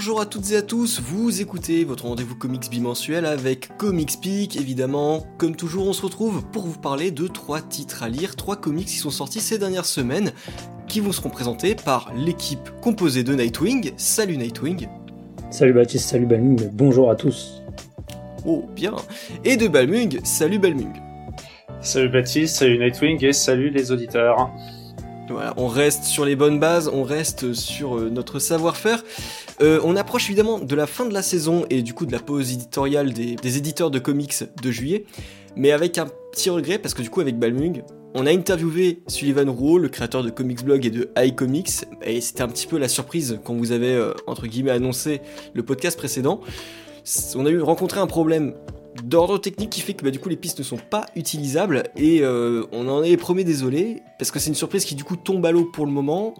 Bonjour à toutes et à tous, vous écoutez votre rendez-vous comics bimensuel avec ComicsPeak, évidemment. Comme toujours, on se retrouve pour vous parler de 3 titres à lire, 3 comics qui sont sortis ces dernières semaines, qui vous seront présentés par l'équipe composée de Nightwing. Salut Nightwing. Salut Baptiste, salut Balmung, bonjour à tous. Oh, bien. Et de Balmung, salut Balmung. Salut Baptiste, salut Nightwing et salut les auditeurs. Voilà, on reste sur les bonnes bases, on reste sur notre savoir-faire. On approche évidemment de la fin de la saison et du coup de la pause éditoriale des éditeurs de comics de juillet, mais avec un petit regret parce que du coup avec Balmung, on a interviewé Sullivan Rouault, le créateur de Comics Blog et de iComics, et c'était un petit peu la surprise quand vous avez entre guillemets annoncé le podcast précédent. On a rencontré un problème d'ordre technique qui fait que du coup les pistes ne sont pas utilisables et on en est premier désolé parce que c'est une surprise qui du coup tombe à l'eau pour le moment,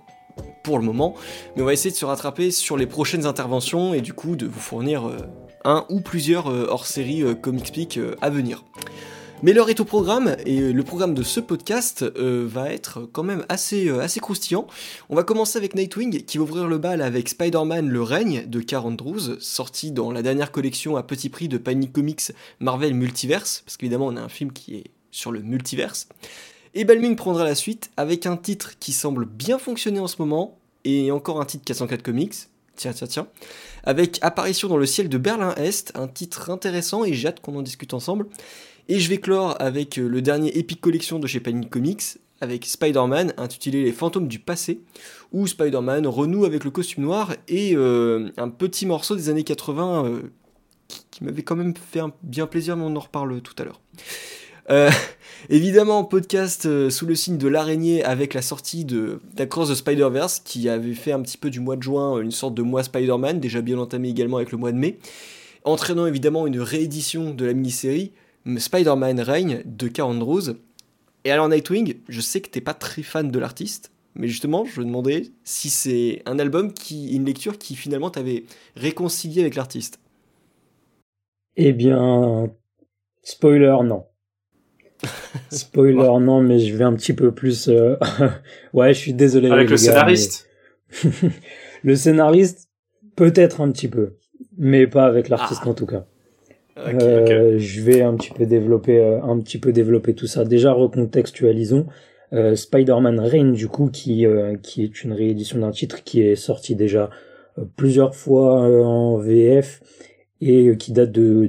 mais on va essayer de se rattraper sur les prochaines interventions et du coup de vous fournir un ou plusieurs hors-série ComicsPeak à venir. Mais l'heure est au programme, et le programme de ce podcast va être quand même assez croustillant. On va commencer avec Nightwing, qui va ouvrir le bal avec Spider-Man Le Règne de Carl Andrews, sorti dans la dernière collection à petit prix de Panini Comics Marvel Multiverse, parce qu'évidemment on a un film qui est sur le multiverse. Et Balmung prendra la suite avec un titre qui semble bien fonctionner en ce moment, et encore un titre 404 Comics, tiens, avec Apparition dans le ciel de Berlin-Est, un titre intéressant et j'ai hâte qu'on en discute ensemble. Et je vais clore avec le dernier Epic Collection de chez Panini Comics, avec Spider-Man, intitulé Les Fantômes du Passé, où Spider-Man renoue avec le costume noir et un petit morceau des années 80 qui m'avait quand même fait bien plaisir, mais on en reparle tout à l'heure. Évidemment, podcast sous le signe de l'araignée avec la sortie d'Across the Spider-Verse, qui avait fait un petit peu du mois de juin une sorte de mois Spider-Man, déjà bien entamé également avec le mois de mai, entraînant évidemment une réédition de la mini-série Spider-Man Règne de Carl Andrews. Et alors Nightwing, je sais que t'es pas très fan de l'artiste, mais justement je me demandais si c'est un album une lecture qui finalement t'avait réconcilié avec l'artiste. Eh bien, spoiler non. Spoiler non, mais je vais un petit peu plus... ouais, je suis désolé. Avec le scénariste mais... Le scénariste, peut-être un petit peu, mais pas avec l'artiste en tout cas. Okay. Je vais un petit peu développer tout ça. Déjà recontextualisons. Spider-Man Reign du coup qui est une réédition d'un titre qui est sorti déjà plusieurs fois en VF et qui date de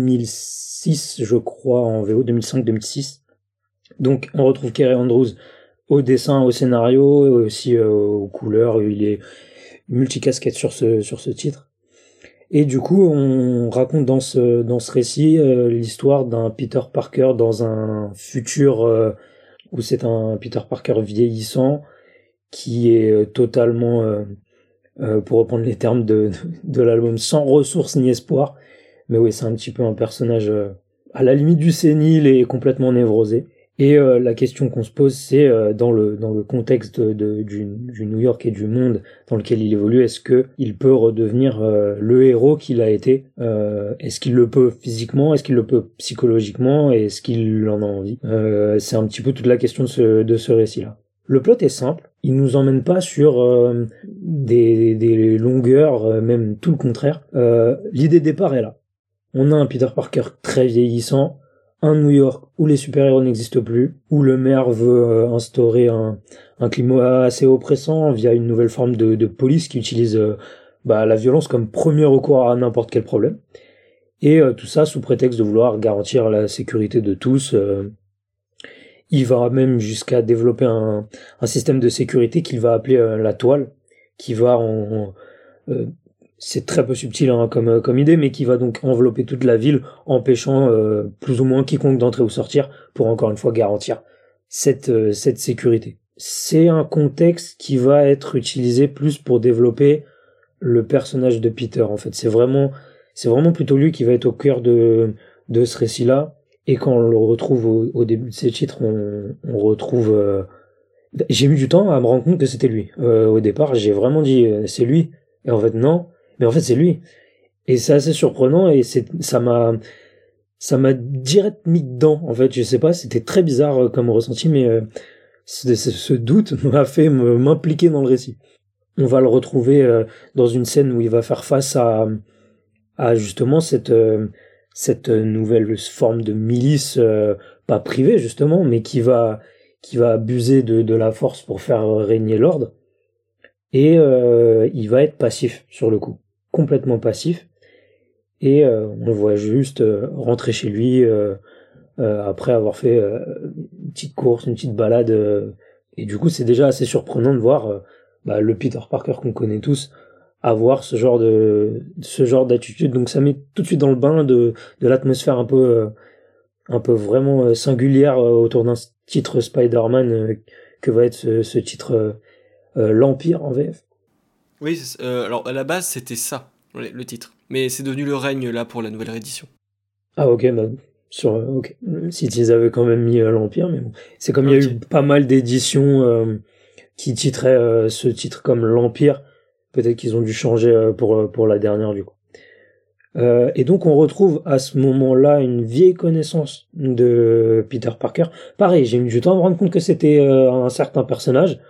2006 je crois en VO, 2005-2006. Donc on retrouve Carl Andrews au dessin, au scénario, aussi aux couleurs. Il est multicasquette sur ce titre. Et du coup, on raconte dans ce récit l'histoire d'un Peter Parker dans un futur où c'est un Peter Parker vieillissant qui est totalement, pour reprendre les termes de l'album, sans ressources ni espoir. Mais oui, c'est un petit peu un personnage à la limite du sénile et complètement névrosé. Et la question qu'on se pose, c'est dans le contexte du New York et du monde dans lequel il évolue, est-ce que il peut redevenir le héros qu'il a été? Est-ce qu'il le peut physiquement? Est-ce qu'il le peut psychologiquement? Et est-ce qu'il en a envie? C'est un petit peu toute la question de ce récit-là. Le plot est simple. Il nous emmène pas sur des longueurs, même tout le contraire. L'idée de départ est là. On a un Peter Parker très vieillissant, un New York où les super-héros n'existent plus, où le maire veut instaurer un climat assez oppressant via une nouvelle forme de police qui utilise la violence comme premier recours à n'importe quel problème. Et tout ça sous prétexte de vouloir garantir la sécurité de tous. Il va même jusqu'à développer un système de sécurité qu'il va appeler la toile, qui va c'est très peu subtil comme idée, mais qui va donc envelopper toute la ville, empêchant plus ou moins quiconque d'entrer ou sortir, pour encore une fois garantir cette sécurité. C'est un contexte qui va être utilisé plus pour développer le personnage de Peter, en fait. C'est vraiment plutôt lui qui va être au cœur de ce récit-là, et quand on le retrouve au début de ces titres, on retrouve... J'ai mis du temps à me rendre compte que c'était lui. Au départ, j'ai vraiment dit c'est lui, et en fait non. Mais en fait, c'est lui. Et c'est assez surprenant et ça m'a direct mis dedans. En fait, je sais pas, c'était très bizarre comme ressenti, mais ce doute m'a fait m'impliquer dans le récit. on va le retrouver dans une scène où il va faire face à justement cette nouvelle forme de milice, pas privée justement, mais qui va abuser de la force pour faire régner l'ordre. Et il va être passif sur le coup, complètement passif. Et on le voit juste rentrer chez lui après avoir fait une petite course, une petite balade. Et du coup, c'est déjà assez surprenant de voir le Peter Parker qu'on connaît tous avoir ce genre d'attitude. Donc ça met tout de suite dans le bain de l'atmosphère un peu vraiment singulière autour d'un titre Spider-Man que va être ce titre l'Empire en VF. Oui, alors à la base c'était ça, le titre. Mais c'est devenu le règne là pour la nouvelle réédition. Ah ok, ok. Si ils avaient quand même mis l'Empire, mais bon. C'est comme il y a eu pas mal d'éditions qui titraient ce titre comme l'Empire. Peut-être qu'ils ont dû changer pour la dernière du coup. Et donc on retrouve à ce moment-là une vieille connaissance de Peter Parker. Pareil, j'ai mis du temps à me rendre compte que c'était un certain personnage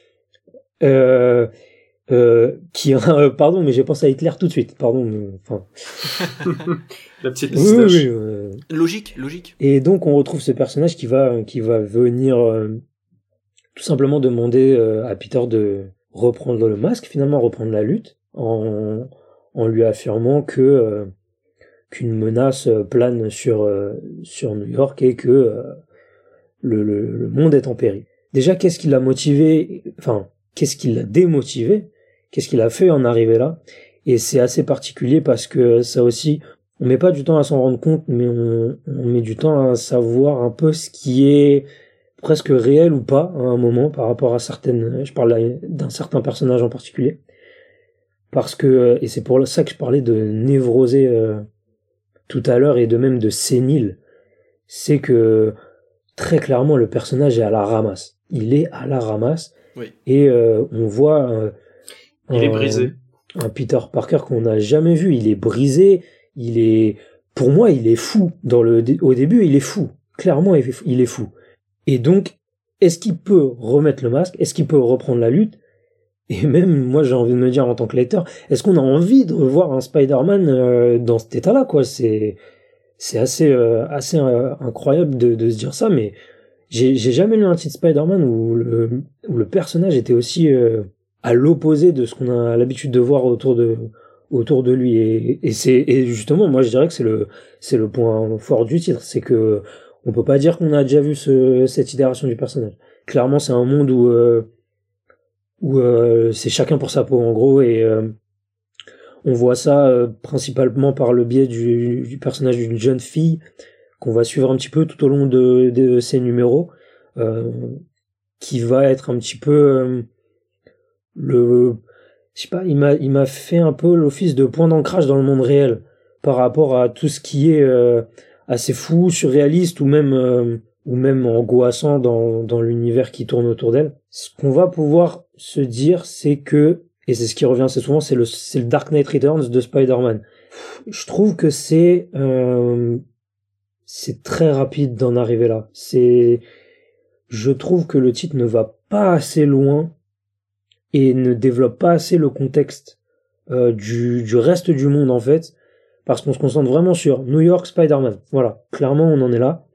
qui pardon, mais j'ai pensé à Hitler tout de suite. Pardon, enfin. La petite moustache. Oui, logique. Et donc on retrouve ce personnage qui va venir tout simplement demander à Peter de reprendre le masque, finalement reprendre la lutte, en lui affirmant que qu'une menace plane sur New York et que le monde est en péril. Déjà, qu'est-ce qui l'a motivé, enfin, qu'est-ce qui l'a démotivé, qu'est-ce qui l'a fait en arriver là? Et c'est assez particulier parce que ça aussi, on met pas du temps à s'en rendre compte, mais on met du temps à savoir un peu ce qui est presque réel ou pas à un moment par rapport à certaines, je parle d'un certain personnage en particulier. Parce que, et c'est pour ça que je parlais de névrosé tout à l'heure et de même de sénile, c'est que très clairement le personnage est à la ramasse. Il est à la ramasse. Oui. Et on voit il est brisé. Un Peter Parker qu'on n'a jamais vu. Il est brisé. Pour moi, il est fou. Au début, il est fou. Clairement, il est fou. Et donc, est-ce qu'il peut remettre le masque? Est-ce qu'il peut reprendre la lutte? Et même, moi, j'ai envie de me dire en tant que lecteur, est-ce qu'on a envie de revoir un Spider-Man dans cet état-là, quoi? C'est assez incroyable de se dire ça, mais j'ai jamais lu un titre Spider-Man où le personnage était aussi à l'opposé de ce qu'on a l'habitude de voir autour de lui. Et justement, moi, je dirais que c'est le point fort du titre, c'est que on peut pas dire qu'on a déjà vu cette itération du personnage. Clairement, c'est un monde où c'est chacun pour sa peau en gros, et on voit ça principalement par le biais du personnage d'une jeune fille qu'on va suivre un petit peu tout au long de ces numéros, qui va être un petit peu je sais pas, il m'a fait un peu l'office de point d'ancrage dans le monde réel par rapport à tout ce qui est assez fou, surréaliste ou même angoissant dans l'univers qui tourne autour d'elle. Ce qu'on va pouvoir se dire, c'est que, et c'est ce qui revient assez souvent, c'est le Dark Knight Returns de Spider-Man. Je trouve que c'est très rapide d'en arriver là. Je trouve que le titre ne va pas assez loin et ne développe pas assez le contexte du reste du monde en fait, parce qu'on se concentre vraiment sur New York Spider-Man. Voilà, clairement on en est là.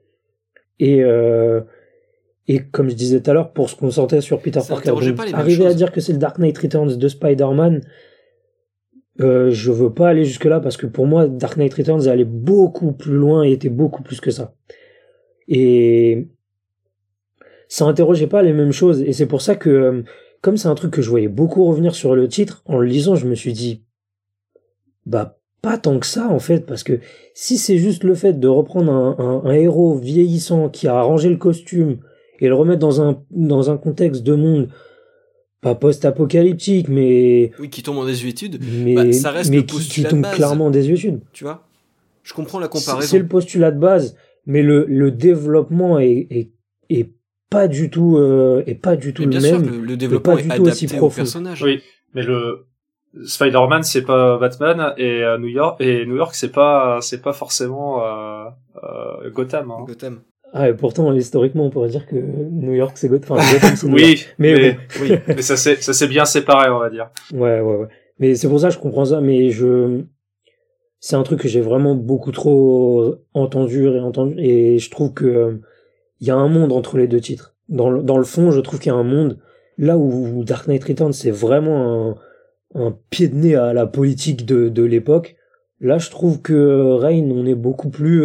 Et comme je disais tout à l'heure, pour se concentrer sur Peter Parker, arriver à dire que c'est le Dark Knight Returns de Spider-Man, je veux pas aller jusque là parce que pour moi Dark Knight Returns allait beaucoup plus loin et était beaucoup plus que ça. Et ça interrogeait pas les mêmes choses, et c'est pour ça que comme c'est un truc que je voyais beaucoup revenir sur le titre, en le lisant, je me suis dit, pas tant que ça, en fait, parce que si c'est juste le fait de reprendre un héros vieillissant qui a arrangé le costume et le remettre dans un contexte de monde, pas post-apocalyptique, mais... Oui, qui tombe en désuétude, ça reste le postulat qui tombe clairement en désuétude. Tu vois? Je comprends la comparaison. C'est le postulat de base, mais le développement est pas du tout le bien même. Sûr, le développement est adapté au personnage. Oui, mais le Spider-Man c'est pas Batman, et New York c'est pas forcément Gotham. Hein. Gotham. Ah, et pourtant, historiquement, on pourrait dire que New York, c'est Gotham. Enfin, Gotham, c'est New York. Oui, Mais bon. oui, mais ça s'est bien séparé, on va dire. Ouais. Mais c'est pour ça que je comprends ça, mais c'est un truc que j'ai vraiment beaucoup trop entendu, réentendu, et je trouve que il y a un monde entre les deux titres. Dans le fond, je trouve qu'il y a un monde là où Dark Knight Returns, c'est vraiment un pied de nez à la politique de l'époque. Là, je trouve que Reign, on est beaucoup plus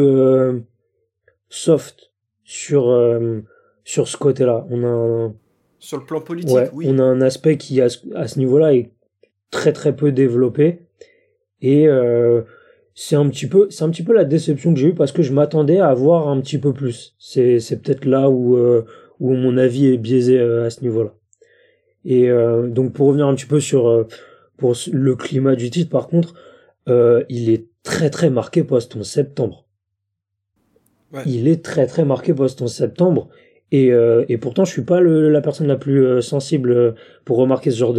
soft sur ce côté-là. Sur le plan politique, ouais, oui. on a un aspect qui à ce niveau-là est très très peu développé et c'est un petit peu la déception que j'ai eue parce que je m'attendais à avoir un petit peu plus. C'est peut-être là où mon avis est biaisé à ce niveau-là. Et donc pour revenir un petit peu sur pour le climat du titre, par contre, il est très très marqué post-11 septembre. Ouais. Il est très très marqué post-11 septembre. Et pourtant, je suis pas la personne la plus sensible pour remarquer ce genre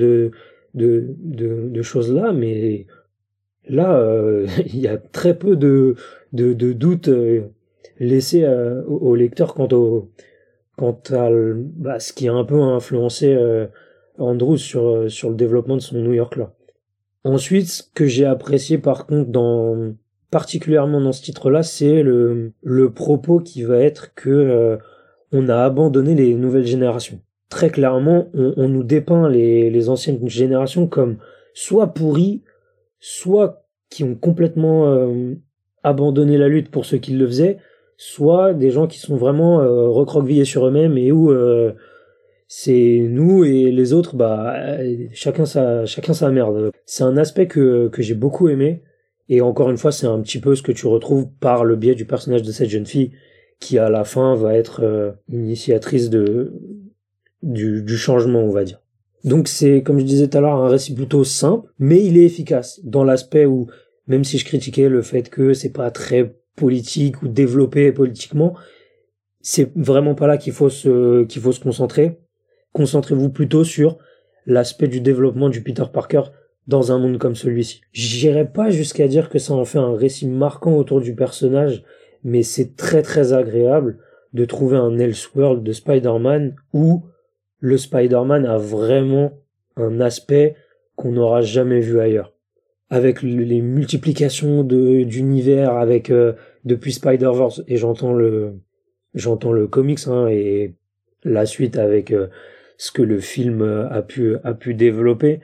de choses-là, mais là, il y a très peu de doutes laissés au lecteur quant à ce qui a un peu influencé Andrews sur le développement de son New York là. Ensuite, ce que j'ai apprécié par contre particulièrement dans ce titre-là, c'est le propos qui va être que on a abandonné les nouvelles générations. Très clairement, on nous dépeint les anciennes générations comme soit pourries, soit qui ont complètement abandonné la lutte pour ceux qui le faisaient, soit des gens qui sont vraiment recroquevillés sur eux-mêmes et où c'est nous et les autres, chacun sa merde. C'est un aspect que j'ai beaucoup aimé. Et encore une fois, c'est un petit peu ce que tu retrouves par le biais du personnage de cette jeune fille qui, à la fin, va être initiatrice du changement, on va dire. Donc c'est, comme je disais tout à l'heure, un récit plutôt simple, mais il est efficace dans l'aspect où, même si je critiquais le fait que c'est pas très politique ou développé politiquement, c'est vraiment pas là qu'il faut se concentrer. Concentrez-vous plutôt sur l'aspect du développement du Peter Parker dans un monde comme celui-ci. J'irai pas jusqu'à dire que ça en fait un récit marquant autour du personnage, mais c'est très très agréable de trouver un Elseworld de Spider-Man où le Spider-Man a vraiment un aspect qu'on n'aura jamais vu ailleurs. Avec les multiplications d'univers, avec depuis Spider-Verse, et j'entends le comics et la suite avec ce que le film a pu développer.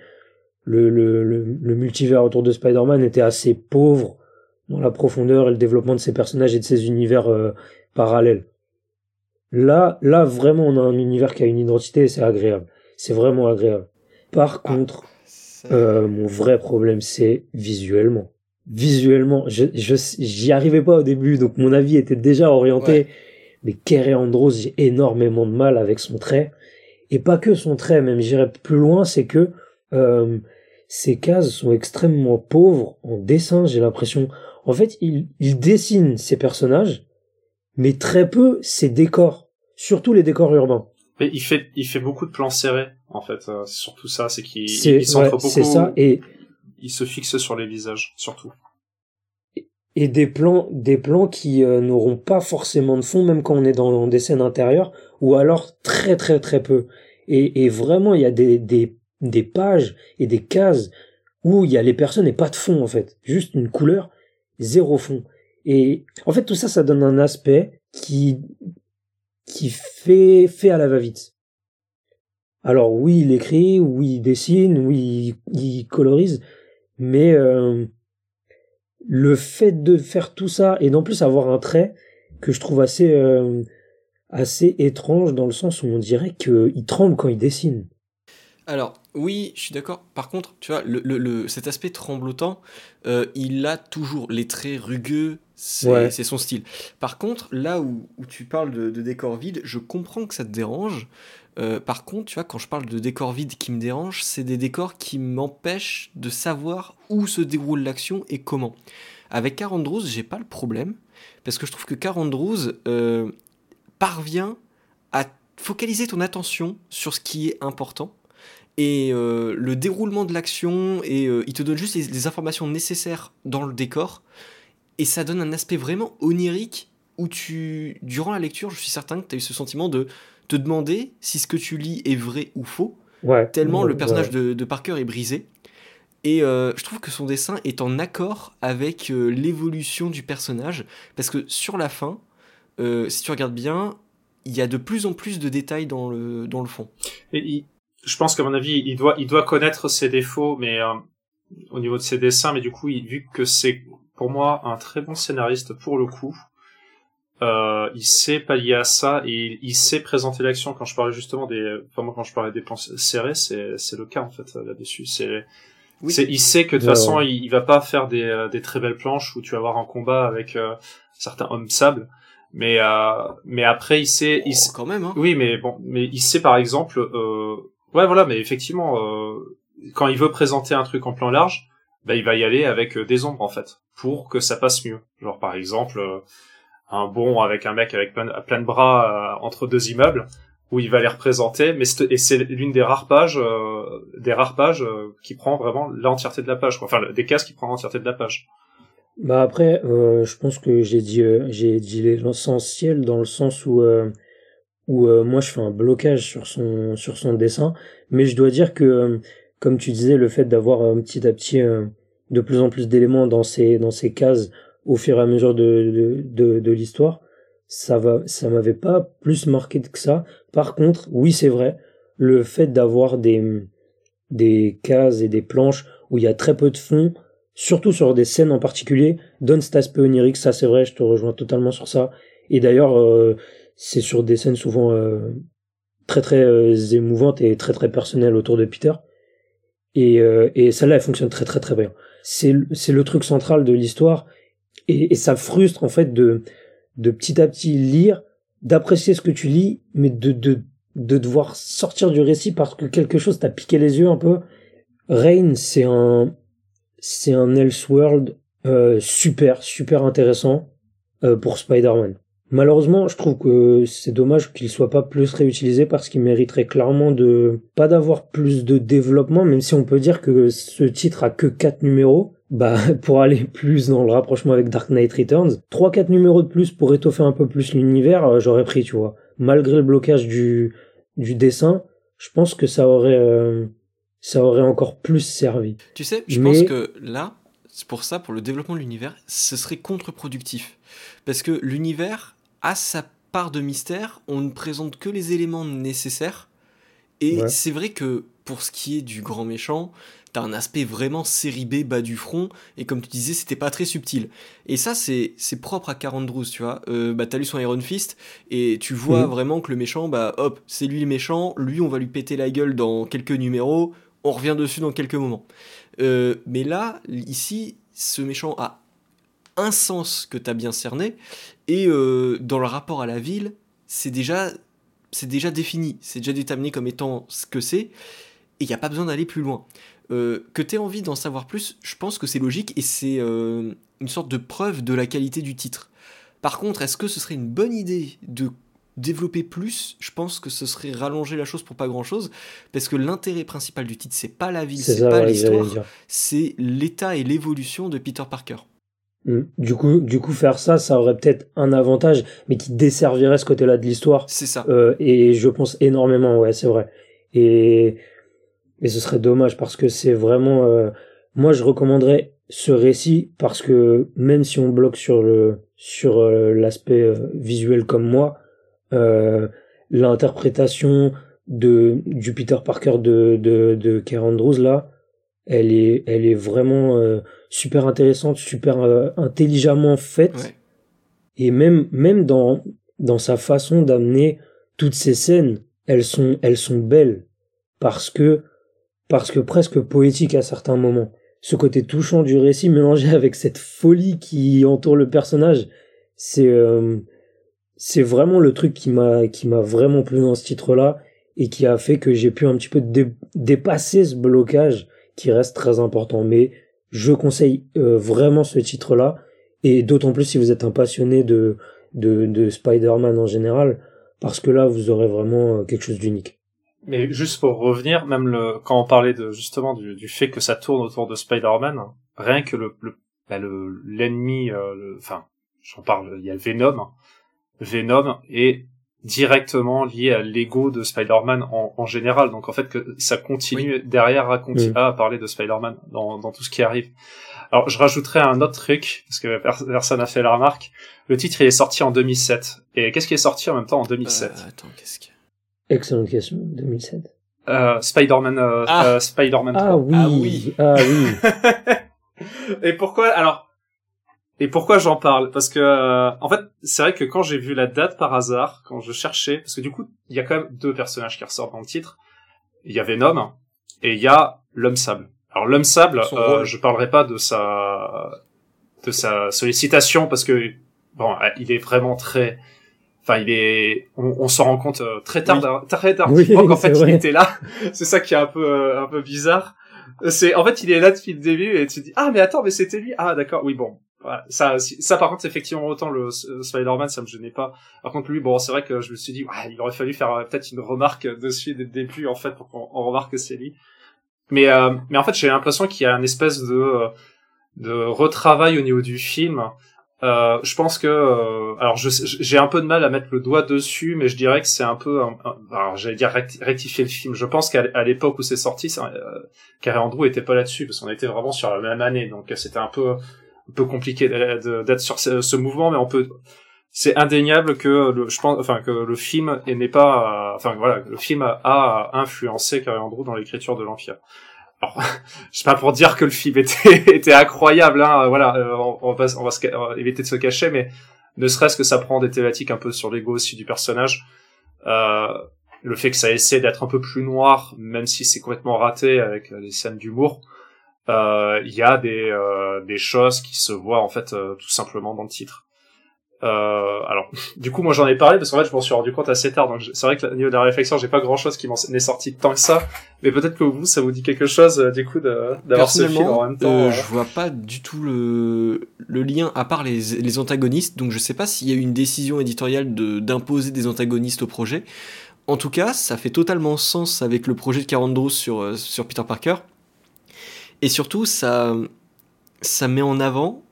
Le multivers autour de Spider-Man était assez pauvre dans la profondeur et le développement de ses personnages et de ses univers parallèles. Là, vraiment, on a un univers qui a une identité et c'est agréable. C'est vraiment agréable. Par contre, mon vrai problème, c'est visuellement. Visuellement, j'y arrivais pas au début, donc mon avis était déjà orienté. Ouais. Mais Kerry Andrews, j'ai énormément de mal avec son trait. Et pas que son trait, même j'irais plus loin, c'est que ces cases sont extrêmement pauvres en dessin, j'ai l'impression. En fait, il dessine ses personnages, mais très peu ses décors, surtout les décors urbains. Mais il fait beaucoup de plans serrés, en fait. C'est surtout ça, c'est qu'il centre beaucoup. C'est ça, et il se fixe sur les visages, surtout. Et des plans qui n'auront pas forcément de fond, même quand on est dans des scènes intérieures, ou alors très très très peu. Et vraiment, il y a des pages et des cases où il y a les personnes et pas de fond, en fait. Juste une couleur, zéro fond. Et en fait, tout ça, ça donne un aspect qui fait à la va-vite. Alors oui, il écrit, oui, il dessine, oui, il colorise, mais le fait de faire tout ça et d'en plus avoir un trait que je trouve assez étrange dans le sens où on dirait qu'il tremble quand il dessine. Alors, oui, je suis d'accord. Par contre, tu vois, cet aspect tremblotant, il a toujours les traits rugueux, c'est son style. Par contre, là où tu parles de décor vide, je comprends que ça te dérange. Par contre, tu vois, quand je parle de décor vide qui me dérange, c'est des décors qui m'empêchent de savoir où se déroule l'action et comment. Avec Karl Andrews, j'ai pas le problème, parce que je trouve que Karl Andrews parvient à focaliser ton attention sur ce qui est important. Et le déroulement de l'action, et il te donne juste les informations nécessaires dans le décor, et ça donne un aspect vraiment onirique où durant la lecture, je suis certain que tu as eu ce sentiment de te demander si ce que tu lis est vrai ou faux, tellement le personnage de Parker est brisé. Et je trouve que son dessin est en accord avec l'évolution du personnage, parce que sur la fin, si tu regardes bien, il y a de plus en plus de détails dans le fond. Et je pense qu'à mon avis, il doit connaître ses défauts, mais au niveau de ses dessins, mais du coup, vu que c'est pour moi un très bon scénariste pour le coup, il sait pallier à ça et il sait présenter l'action. Quand je parlais justement quand je parlais des plans serrés, c'est le cas en fait là-dessus. Il sait que de toute façon, il va pas faire des très belles planches où tu vas voir un combat avec certains hommes sable. Mais après, il sait quand même, hein. Oui, mais il sait par exemple, mais effectivement, quand il veut présenter un truc en plan large, bah, il va y aller avec des ombres, en fait, pour que ça passe mieux. Genre, par exemple, un bond avec un mec avec plein de bras entre 2 immeubles, où il va les représenter, et c'est l'une des rares pages qui prend vraiment l'entièreté de la page, quoi. Enfin, des cases qui prend l'entièreté de la page. Bah après, je pense que j'ai dit l'essentiel dans le sens où moi je fais un blocage sur son dessin, mais je dois dire que comme tu disais, le fait d'avoir petit à petit de plus en plus d'éléments dans ces cases au fur et à mesure de l'histoire, ça m'avait pas plus marqué que ça. Par contre, oui, c'est vrai, le fait d'avoir des cases et des planches où il y a très peu de fond, surtout sur des scènes en particulier, donne cet aspect onirique. Ça, c'est vrai, je te rejoins totalement sur ça. Et d'ailleurs, c'est sur des scènes souvent très très émouvantes et très très personnelles autour de Peter. Et celle-là, elle fonctionne très très très bien. C'est le truc central de l'histoire, et ça frustre en fait de petit à petit lire, d'apprécier ce que tu lis, mais de devoir sortir du récit parce que quelque chose t'a piqué les yeux un peu. Reign, c'est un Elseworld super super intéressant pour Spider-Man. Malheureusement, je trouve que c'est dommage qu'il soit pas plus réutilisé parce qu'il mériterait clairement pas d'avoir plus de développement, même si on peut dire que ce titre a que 4 numéros. Bah, pour aller plus dans le rapprochement avec Dark Knight Returns, 3-4 numéros de plus pour étoffer un peu plus l'univers, j'aurais pris, tu vois. Malgré le blocage du dessin, je pense que ça aurait encore plus servi. Tu sais, je pense que là, c'est pour le développement de l'univers, ce serait contre-productif. Parce que l'univers a sa part de mystère, on ne présente que les éléments nécessaires, et c'est vrai que pour ce qui est du grand méchant, t'as un aspect vraiment série B, bas du front, et comme tu disais, c'était pas très subtil. Et ça, c'est propre à Carandrews, tu vois. T'as lu son Iron Fist, et tu vois vraiment que le méchant, hop, c'est lui le méchant, lui on va lui péter la gueule dans quelques numéros, on revient dessus dans quelques moments. Mais là, ici, ce méchant a un sens que t'as bien cerné, et dans le rapport à la ville, c'est déjà défini, c'est déjà déterminé comme étant ce que c'est, et il n'y a pas besoin d'aller plus loin. Que t'aies envie d'en savoir plus, je pense que c'est logique, et c'est une sorte de preuve de la qualité du titre. Par contre, est-ce que ce serait une bonne idée de développer plus? Je pense que ce serait rallonger la chose pour pas grand-chose, parce que l'intérêt principal du titre, c'est pas la ville, c'est pas l'histoire, c'est l'état et l'évolution de Peter Parker. Du coup, faire ça aurait peut-être un avantage, mais qui desservirait ce côté-là de l'histoire. C'est ça. Et je pense énormément, ouais, c'est vrai. Et ce serait dommage parce que c'est vraiment... moi, je recommanderais ce récit parce que même si on bloque sur l'aspect visuel comme moi, l'interprétation du Peter Parker de Carandrews là, elle est vraiment super intéressante, super intelligemment faite. Ouais. Et même dans sa façon d'amener toutes ces scènes, elles sont belles parce que presque poétique à certains moments. Ce côté touchant du récit mélangé avec cette folie qui entoure le personnage, c'est vraiment le truc qui m'a vraiment plu dans ce titre-là et qui a fait que j'ai pu un petit peu dépasser ce blocage qui reste très important. Mais je conseille vraiment ce titre-là, et d'autant plus si vous êtes un passionné de Spider-Man en général, parce que là vous aurez vraiment quelque chose d'unique. Mais juste pour revenir, même quand on parlait justement du fait que ça tourne autour de Spider-Man, rien que l'ennemi, enfin, j'en parle, il y a le Venom, Venom est directement lié à l'ego de Spider-Man en général. Donc en fait que ça continue derrière à parler de Spider-Man dans tout ce qui arrive. Alors je rajouterais un autre truc, parce que personne n'a fait la remarque. Le titre il est sorti en 2007. Et qu'est-ce qui est sorti en même temps en 2007 Attends, qu'est-ce que... Excellente question, 2007. Spider-Man Spider-Man 3. Oui. Et pourquoi j'en parle? Parce que en fait, c'est vrai que quand j'ai vu la date par hasard, quand je cherchais, parce que du coup, il y a quand même deux personnages qui ressortent dans le titre. Il y a Venom et il y a l'Homme Sable. Alors l'Homme Sable, je parlerai pas de sa sollicitation parce que bon, il est vraiment très, enfin on s'en rend compte très tardivement qu'en fait il était là. C'est ça qui est un peu bizarre. En fait il est là depuis le début et tu te dis ah mais attends mais c'était lui, ah d'accord, oui bon. Voilà, ça par contre effectivement autant le Spider-Man ça me gênait pas. Par contre lui bon c'est vrai que je me suis dit il aurait fallu faire peut-être une remarque dessus dès le début en fait pour qu'on remarque que c'est lui. Mais en fait j'ai l'impression qu'il y a une espèce de retravail au niveau du film. Je pense que alors j'ai un peu de mal à mettre le doigt dessus, mais je dirais que c'est un peu alors j'allais dire rectifier le film. Je pense qu'à l'époque où c'est sorti, Carey Andrew était pas là-dessus parce qu'on était vraiment sur la même année, donc c'était un peu compliqué d'être sur ce mouvement, mais c'est indéniable que que le film n'est pas le film a influencé Carey Andrew dans l'écriture de l'Empire. Alors, je sais pas pour dire que le film était incroyable, hein, voilà, on va éviter de se cacher, mais ne serait-ce que ça prend des thématiques un peu sur l'ego aussi du personnage, le fait que ça essaie d'être un peu plus noir, même si c'est complètement raté avec les scènes d'humour, il y a des choses qui se voient en fait tout simplement dans le titre. Alors, du coup, moi j'en ai parlé parce qu'en fait je m'en suis rendu compte assez tard, donc c'est vrai que au niveau de la réflexion, j'ai pas grand chose qui m'en est sorti tant que ça, mais peut-être que vous, ça vous dit quelque chose du coup d'avoir ce film en même temps. Je vois pas du tout le lien à part les antagonistes, donc je sais pas s'il y a eu une décision éditoriale d'imposer des antagonistes au projet. En tout cas, ça fait totalement sens avec le projet de Carey Andrews sur Peter Parker, et surtout ça met en avant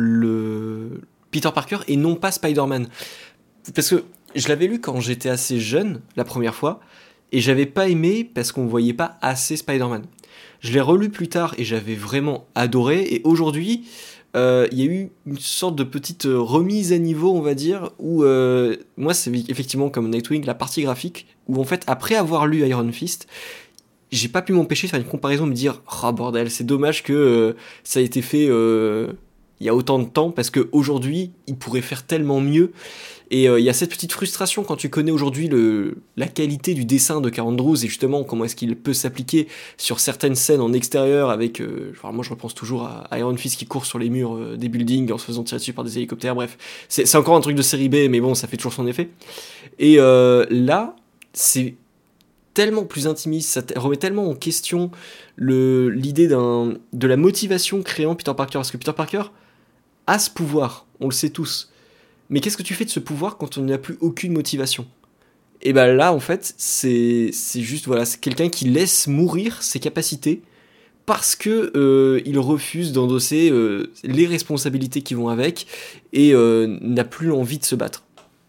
le Peter Parker et non pas Spider-Man. Parce que je l'avais lu quand j'étais assez jeune, la première fois, et j'avais pas aimé parce qu'on voyait pas assez Spider-Man. Je l'ai relu plus tard et j'avais vraiment adoré, et aujourd'hui, il y a eu une sorte de petite remise à niveau, on va dire, où moi c'est effectivement comme Nightwing, la partie graphique, où en fait, après avoir lu Iron Fist, j'ai pas pu m'empêcher de faire une comparaison, de me dire « Oh bordel, c'est dommage que ça a été fait... il y a autant de temps, parce qu'aujourd'hui, il pourrait faire tellement mieux. » Et il y a cette petite frustration quand tu connais aujourd'hui la qualité du dessin de Carey Andrews et justement comment est-ce qu'il peut s'appliquer sur certaines scènes en extérieur avec... moi je repense toujours à Iron Fist qui court sur les murs des buildings en se faisant tirer dessus par des hélicoptères, bref. C'est encore un truc de série B, mais bon, ça fait toujours son effet. Et là, c'est tellement plus intimiste, ça remet tellement en question l'idée de la motivation créant Peter Parker, parce que Peter Parker a ce pouvoir, on le sait tous. Mais qu'est-ce que tu fais de ce pouvoir quand on n'a plus aucune motivation ? Et ben là, en fait, c'est juste, voilà, c'est quelqu'un qui laisse mourir ses capacités parce que il refuse d'endosser les responsabilités qui vont avec et n'a plus envie de se battre.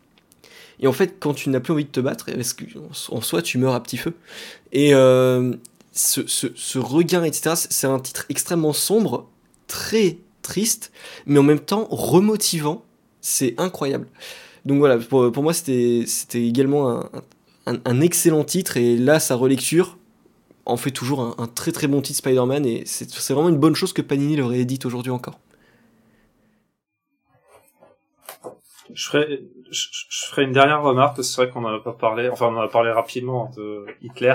Et en fait, quand tu n'as plus envie de te battre, en soi, tu meurs à petit feu. Et ce regain, etc., c'est un titre extrêmement sombre, très triste, mais en même temps remotivant. C'est incroyable. Donc voilà, pour moi, c'était également un excellent titre, et là, sa relecture en fait toujours un très très bon titre Spider-Man, et c'est vraiment une bonne chose que Panini le réédite aujourd'hui encore. Je ferai une dernière remarque, parce que c'est vrai qu'on n'en a pas parlé, enfin on en a parlé rapidement de Hitler.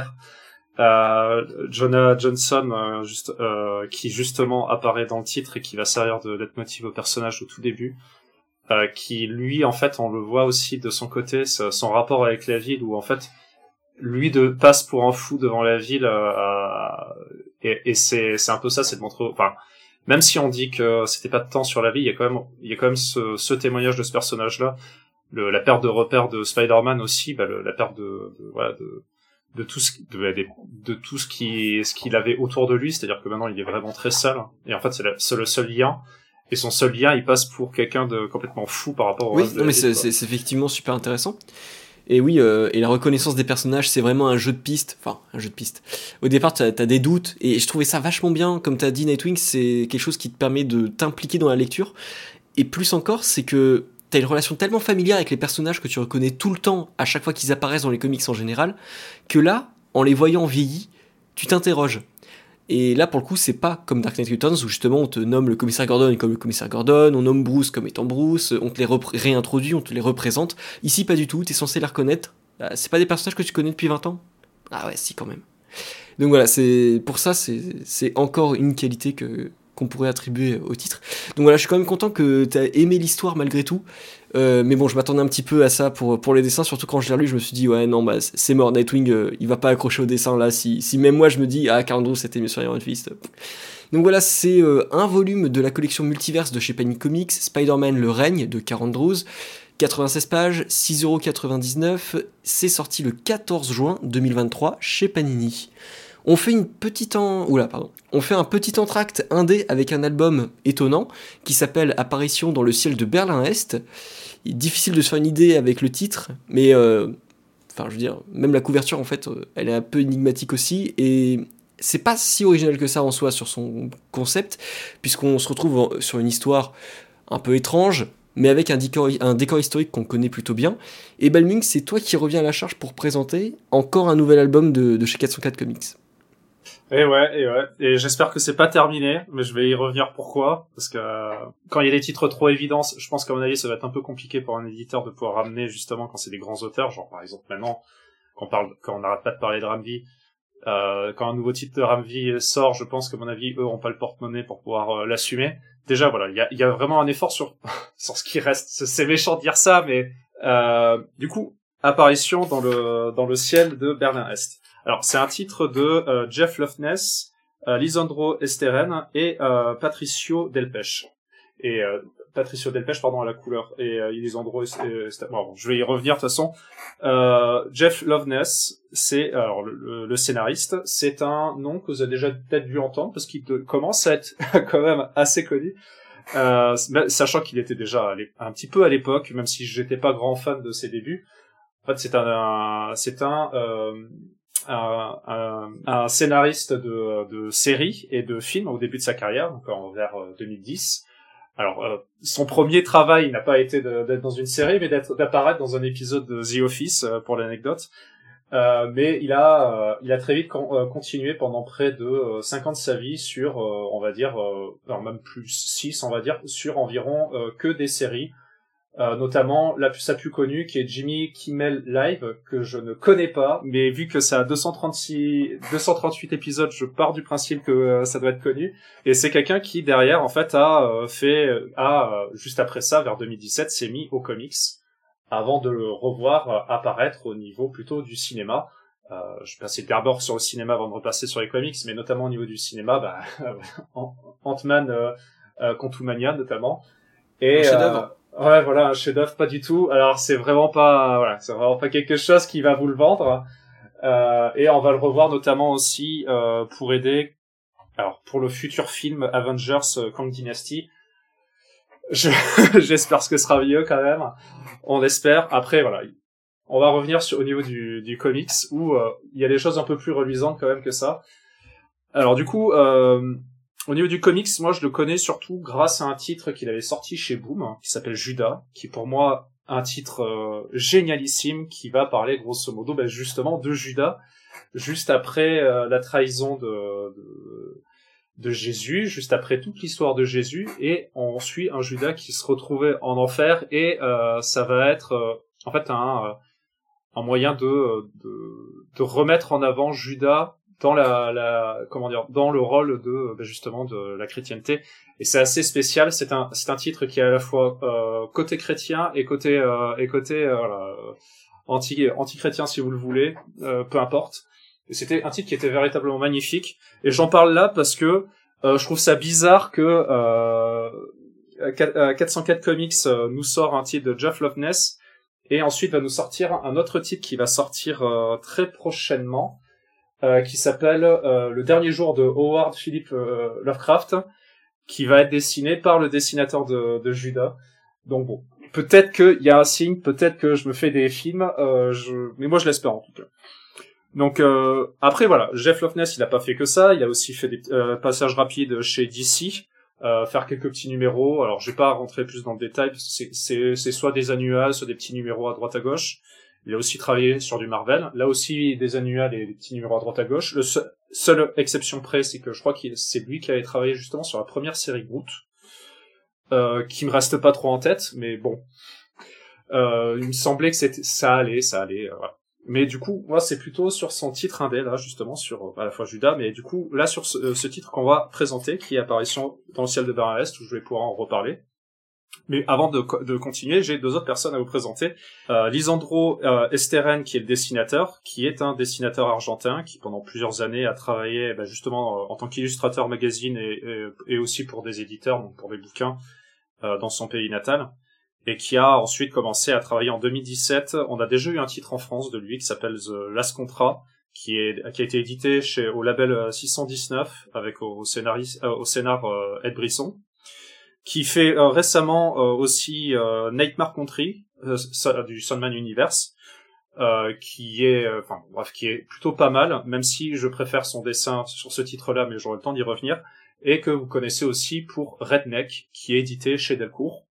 Jonah Johnson, qui justement apparaît dans le titre et qui va servir de leitmotiv au personnage au tout début, qui lui en fait on le voit aussi de son côté, son rapport avec la ville, où en fait lui passe pour un fou devant la ville, et c'est un peu ça, c'est de montrer, enfin même si on dit que c'était pas de temps sur la vie, il y a quand même ce témoignage de ce personnage-là, la perte de repère de Spider-Man aussi, la perte de tout ce qu'il avait autour de lui, c'est-à-dire que maintenant il est vraiment très seul, et en fait c'est le seul lien, et son seul lien, il passe pour quelqu'un de complètement fou par rapport au Oui, reste de non, la mais ville, c'est effectivement super intéressant. Et oui, et la reconnaissance des personnages, c'est vraiment un jeu de piste. Enfin, un jeu de piste. Au départ, t'as des doutes, et je trouvais ça vachement bien. Comme t'as dit, Nightwing, c'est quelque chose qui te permet de t'impliquer dans la lecture. Et plus encore, c'est que t'as une relation tellement familière avec les personnages que tu reconnais tout le temps, à chaque fois qu'ils apparaissent dans les comics en général, que là, en les voyant vieillis, tu t'interroges. Et là, pour le coup, c'est pas comme Dark Knight Returns où justement on te nomme le commissaire Gordon comme le commissaire Gordon, on nomme Bruce comme étant Bruce, on te les réintroduit, on te les représente. Ici, pas du tout, t'es censé les reconnaître. C'est pas des personnages que tu connais depuis 20 ans? Ah ouais, si, quand même. Donc voilà, pour ça, c'est encore une qualité qu'on pourrait attribuer au titre. Donc voilà, je suis quand même content que t'as aimé l'histoire malgré tout. Mais bon, je m'attendais un petit peu à ça pour les dessins, surtout quand je l'ai relu, je me suis dit, ouais, non, bah, c'est mort, Nightwing, il va pas accrocher au dessin là. Si même moi je me dis, ah, Carndrew c'était mieux sur Iron Fist. Donc voilà, c'est un volume de la collection Multiverse de chez Panini Comics, Spider-Man Le Règne de Carndrews, 96 pages, 6,99€. C'est sorti le 14 juin 2023 chez Panini. On fait un petit entracte indé avec un album étonnant qui s'appelle Apparition dans le ciel de Berlin-Est. Il est difficile de se faire une idée avec le titre, mais je veux dire, même la couverture en fait, elle est un peu énigmatique aussi, et c'est pas si original que ça en soi sur son concept, puisqu'on se retrouve sur une histoire un peu étrange, mais avec un décor historique qu'on connaît plutôt bien. Et Balmung, c'est toi qui reviens à la charge pour présenter encore un nouvel album de chez 404 Comics. Et ouais. Et j'espère que c'est pas terminé, mais je vais y revenir pourquoi. Parce que quand il y a des titres trop évidents, je pense qu'à mon avis, ça va être un peu compliqué pour un éditeur de pouvoir ramener justement quand c'est des grands auteurs. Genre, par exemple, maintenant, quand on n'arrête pas de parler de Ramvi, quand un nouveau titre de Ramvi sort, je pense qu'à mon avis, eux ont pas le porte-monnaie pour pouvoir l'assumer. Déjà, voilà, il y a vraiment un effort sur ce qui reste. C'est méchant de dire ça, mais du coup, apparition dans le ciel de Berlin-Est. Alors, c'est un titre de Jeff Loveness, Lisandro Esteren et Patricio Delpech. Et Patricio Delpech, pardon, à la couleur. Et Lisandro bon, je vais y revenir de toute façon. Jeff Loveness, c'est alors le scénariste. C'est un nom que vous avez déjà peut-être dû entendre parce qu'il commence à être quand même assez connu. Sachant qu'il était déjà un petit peu à l'époque, même si j'étais pas grand fan de ses débuts. En fait, c'est un scénariste de séries et de films au début de sa carrière, donc vers 2010. Alors, son premier travail n'a pas été d'être dans une série, mais d'apparaître dans un épisode de The Office, pour l'anecdote. Mais il a très vite continué pendant près de 5 ans de sa vie sur, on va dire, même plus 6, on va dire, sur environ que des séries. Notamment sa plus connue qui est Jimmy Kimmel Live, que je ne connais pas, mais vu que ça a 238 épisodes, je pars du principe que ça doit être connu. Et c'est quelqu'un qui derrière en fait juste après ça, vers 2017, s'est mis aux comics avant de le revoir apparaître au niveau plutôt du cinéma. Je passais d'abord sur le cinéma avant de repasser sur les comics, mais notamment au niveau du cinéma, Ant-Man Quantumania notamment. Et un chef-d'œuvre. Ouais, voilà, un chef-d'œuvre, pas du tout. Alors, c'est vraiment pas quelque chose qui va vous le vendre. Et on va le revoir notamment aussi, pour aider, alors, pour le futur film Avengers Kang Dynasty. J'espère que ce sera mieux quand même. On l'espère. Après, voilà. On va revenir au niveau du comics où, il y a des choses un peu plus reluisantes quand même que ça. Alors, du coup, au niveau du comics, moi je le connais surtout grâce à un titre qu'il avait sorti chez Boom, qui s'appelle Judas, qui est pour moi un titre génialissime qui va parler grosso modo justement de Judas, juste après la trahison de Jésus, juste après toute l'histoire de Jésus, et on suit un Judas qui se retrouvait en enfer, et ça va être en fait un moyen de remettre en avant Judas dans dans le rôle justement de la chrétienté. Et c'est assez spécial. C'est un titre qui est à la fois côté chrétien et côté anti-chrétien si vous le voulez, peu importe. Et c'était un titre qui était véritablement magnifique. Et j'en parle là parce que je trouve ça bizarre que 404 Comics nous sort un titre de Jeff Loveness et ensuite va nous sortir un autre titre qui va sortir très prochainement. Qui s'appelle Le dernier jour de Howard Philip Lovecraft, qui va être dessiné par le dessinateur de Judas. Donc bon, peut-être qu'il y a un signe, peut-être que je me fais des films, mais moi je l'espère en tout cas. Donc après voilà, Jeff Loveness il a pas fait que ça, il a aussi fait des passages rapides chez DC, faire quelques petits numéros. Alors je vais pas rentrer plus dans le détail parce que c'est soit des annuals, soit des petits numéros à droite à gauche. Il a aussi travaillé sur du Marvel, là aussi des annuals et des petits numéros à droite à gauche. Le seule exception près, c'est que je crois que c'est lui qui avait travaillé justement sur la première série Groot, qui me reste pas trop en tête, mais bon. Il me semblait que ça allait, voilà. Mais du coup, moi, c'est plutôt sur son titre indé, là, justement, sur à la fois Judas, mais du coup, là, sur ce titre qu'on va présenter, qui est Apparition dans le ciel de Bernard-Est, où je vais pouvoir en reparler. Mais avant de continuer, j'ai 2 autres personnes à vous présenter. Lisandro Esteren, qui est le dessinateur, qui est un dessinateur argentin, qui pendant plusieurs années a travaillé justement en tant qu'illustrateur magazine et aussi pour des éditeurs, donc pour des bouquins, dans son pays natal. Et qui a ensuite commencé à travailler en 2017. On a déjà eu un titre en France de lui qui s'appelle The Last Contra, qui a été édité au label 619 avec au scénar Ed Brisson, qui fait récemment aussi Nightmare Country du Sandman Universe, qui est qui est plutôt pas mal, même si je préfère son dessin sur ce titre-là, mais j'aurai le temps d'y revenir, et que vous connaissez aussi pour Redneck, qui est édité chez Delcourt.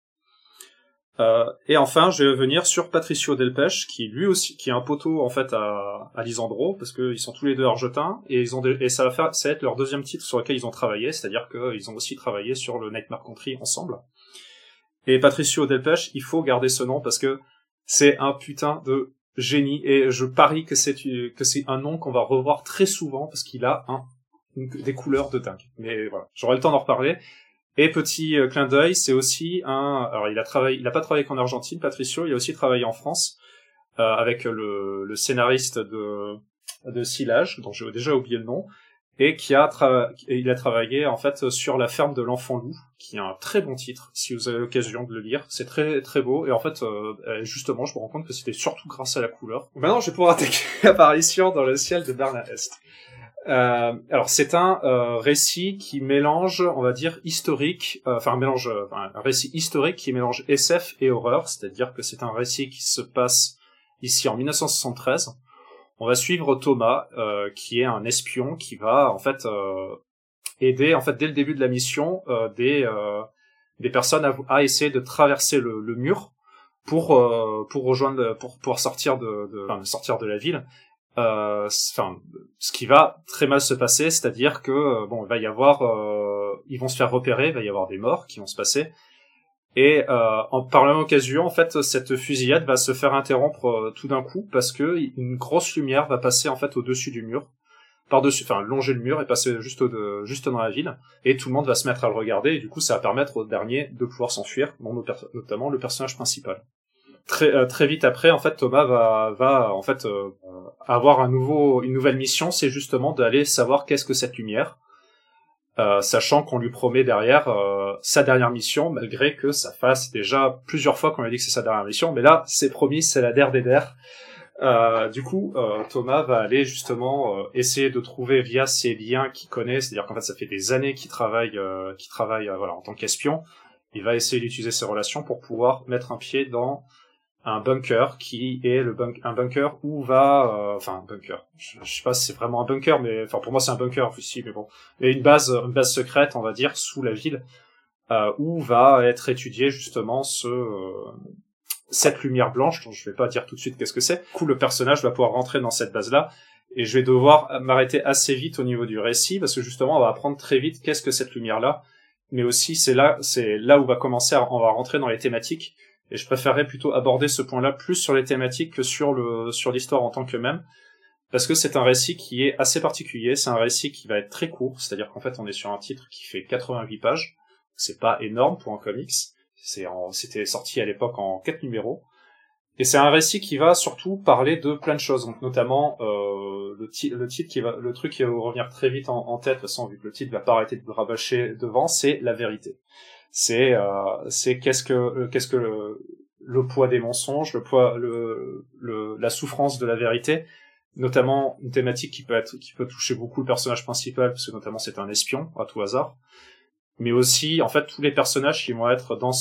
Et enfin, je vais venir sur Patricio Delpech, qui lui aussi, qui est un poteau en fait à Lisandro, parce que ils sont tous les deux argentins, et ça va être leur deuxième titre sur lequel ils ont travaillé, c'est-à-dire qu'ils ont aussi travaillé sur le Nightmare Country ensemble. Et Patricio Delpech, il faut garder ce nom parce que c'est un putain de génie, et je parie que c'est un nom qu'on va revoir très souvent parce qu'il a des couleurs de dingue. Mais voilà, j'aurai le temps d'en reparler. Et petit clin d'œil, c'est aussi alors il a pas travaillé qu'en Argentine, Patricio, il a aussi travaillé en France, avec le scénariste de Silage, dont j'ai déjà oublié le nom, et il a travaillé, en fait, sur La ferme de l'enfant loup, qui est un très bon titre, si vous avez l'occasion de le lire. C'est très, très beau, et en fait, justement, je me rends compte que c'était surtout grâce à la couleur. Maintenant, je vais pouvoir attaquer Apparition dans le ciel de Bernard-Est. Alors c'est un récit qui mélange, on va dire, un récit historique qui mélange SF et horreur, c'est-à-dire que c'est un récit qui se passe ici en 1973. On va suivre Thomas, qui est un espion qui va en fait aider, en fait, dès le début de la mission, des personnes à essayer de traverser le mur pour rejoindre, pour pouvoir sortir sortir de la ville. Ce qui va très mal se passer, c'est-à-dire que il va y avoir, ils vont se faire repérer, il va y avoir des morts qui vont se passer, et par la même occasion, en fait, cette fusillade va se faire interrompre tout d'un coup parce que une grosse lumière va passer en fait au-dessus du mur, longer le mur et passer juste dans la ville, et tout le monde va se mettre à le regarder, et du coup, ça va permettre au dernier de pouvoir s'enfuir, notamment le personnage principal. Très vite après, en fait, Thomas va en fait avoir une nouvelle mission, c'est justement d'aller savoir qu'est-ce que cette lumière, sachant qu'on lui promet derrière sa dernière mission, malgré que ça fasse déjà plusieurs fois qu'on lui a dit que c'est sa dernière mission, mais là, c'est promis, c'est la der des der. Du coup, Thomas va aller justement essayer de trouver via ses liens qu'il connaît, c'est-à-dire qu'en fait, ça fait des années qu'il travaille en tant qu'espion. Il va essayer d'utiliser ses relations pour pouvoir mettre un pied dans un bunker qui est un bunker où va un bunker. Je sais pas si c'est vraiment un bunker, mais pour moi c'est un bunker ici, mais bon. Et une base secrète, on va dire, sous la ville, où va être étudiée justement cette lumière blanche, dont je vais pas dire tout de suite qu'est-ce que c'est. Du coup, le personnage va pouvoir rentrer dans cette base-là, et je vais devoir m'arrêter assez vite au niveau du récit, parce que justement on va apprendre très vite qu'est-ce que cette lumière-là, mais aussi c'est là où on va rentrer dans les thématiques. Et je préférerais plutôt aborder ce point-là plus sur les thématiques que sur l'histoire en tant que même, parce que c'est un récit qui est assez particulier, c'est un récit qui va être très court, c'est-à-dire qu'en fait on est sur un titre qui fait 88 pages, c'est pas énorme pour un comics, c'était sorti à l'époque en 4 numéros, et c'est un récit qui va surtout parler de plein de choses, donc notamment le truc qui va vous revenir très vite en tête, de toute façon vu que le titre va pas arrêter de vous rabâcher devant, c'est la vérité. C'est qu'est-ce que le poids des mensonges, la souffrance de la vérité, notamment une thématique qui peut toucher beaucoup le personnage principal, parce que notamment c'est un espion à tout hasard, mais aussi en fait tous les personnages qui vont être dans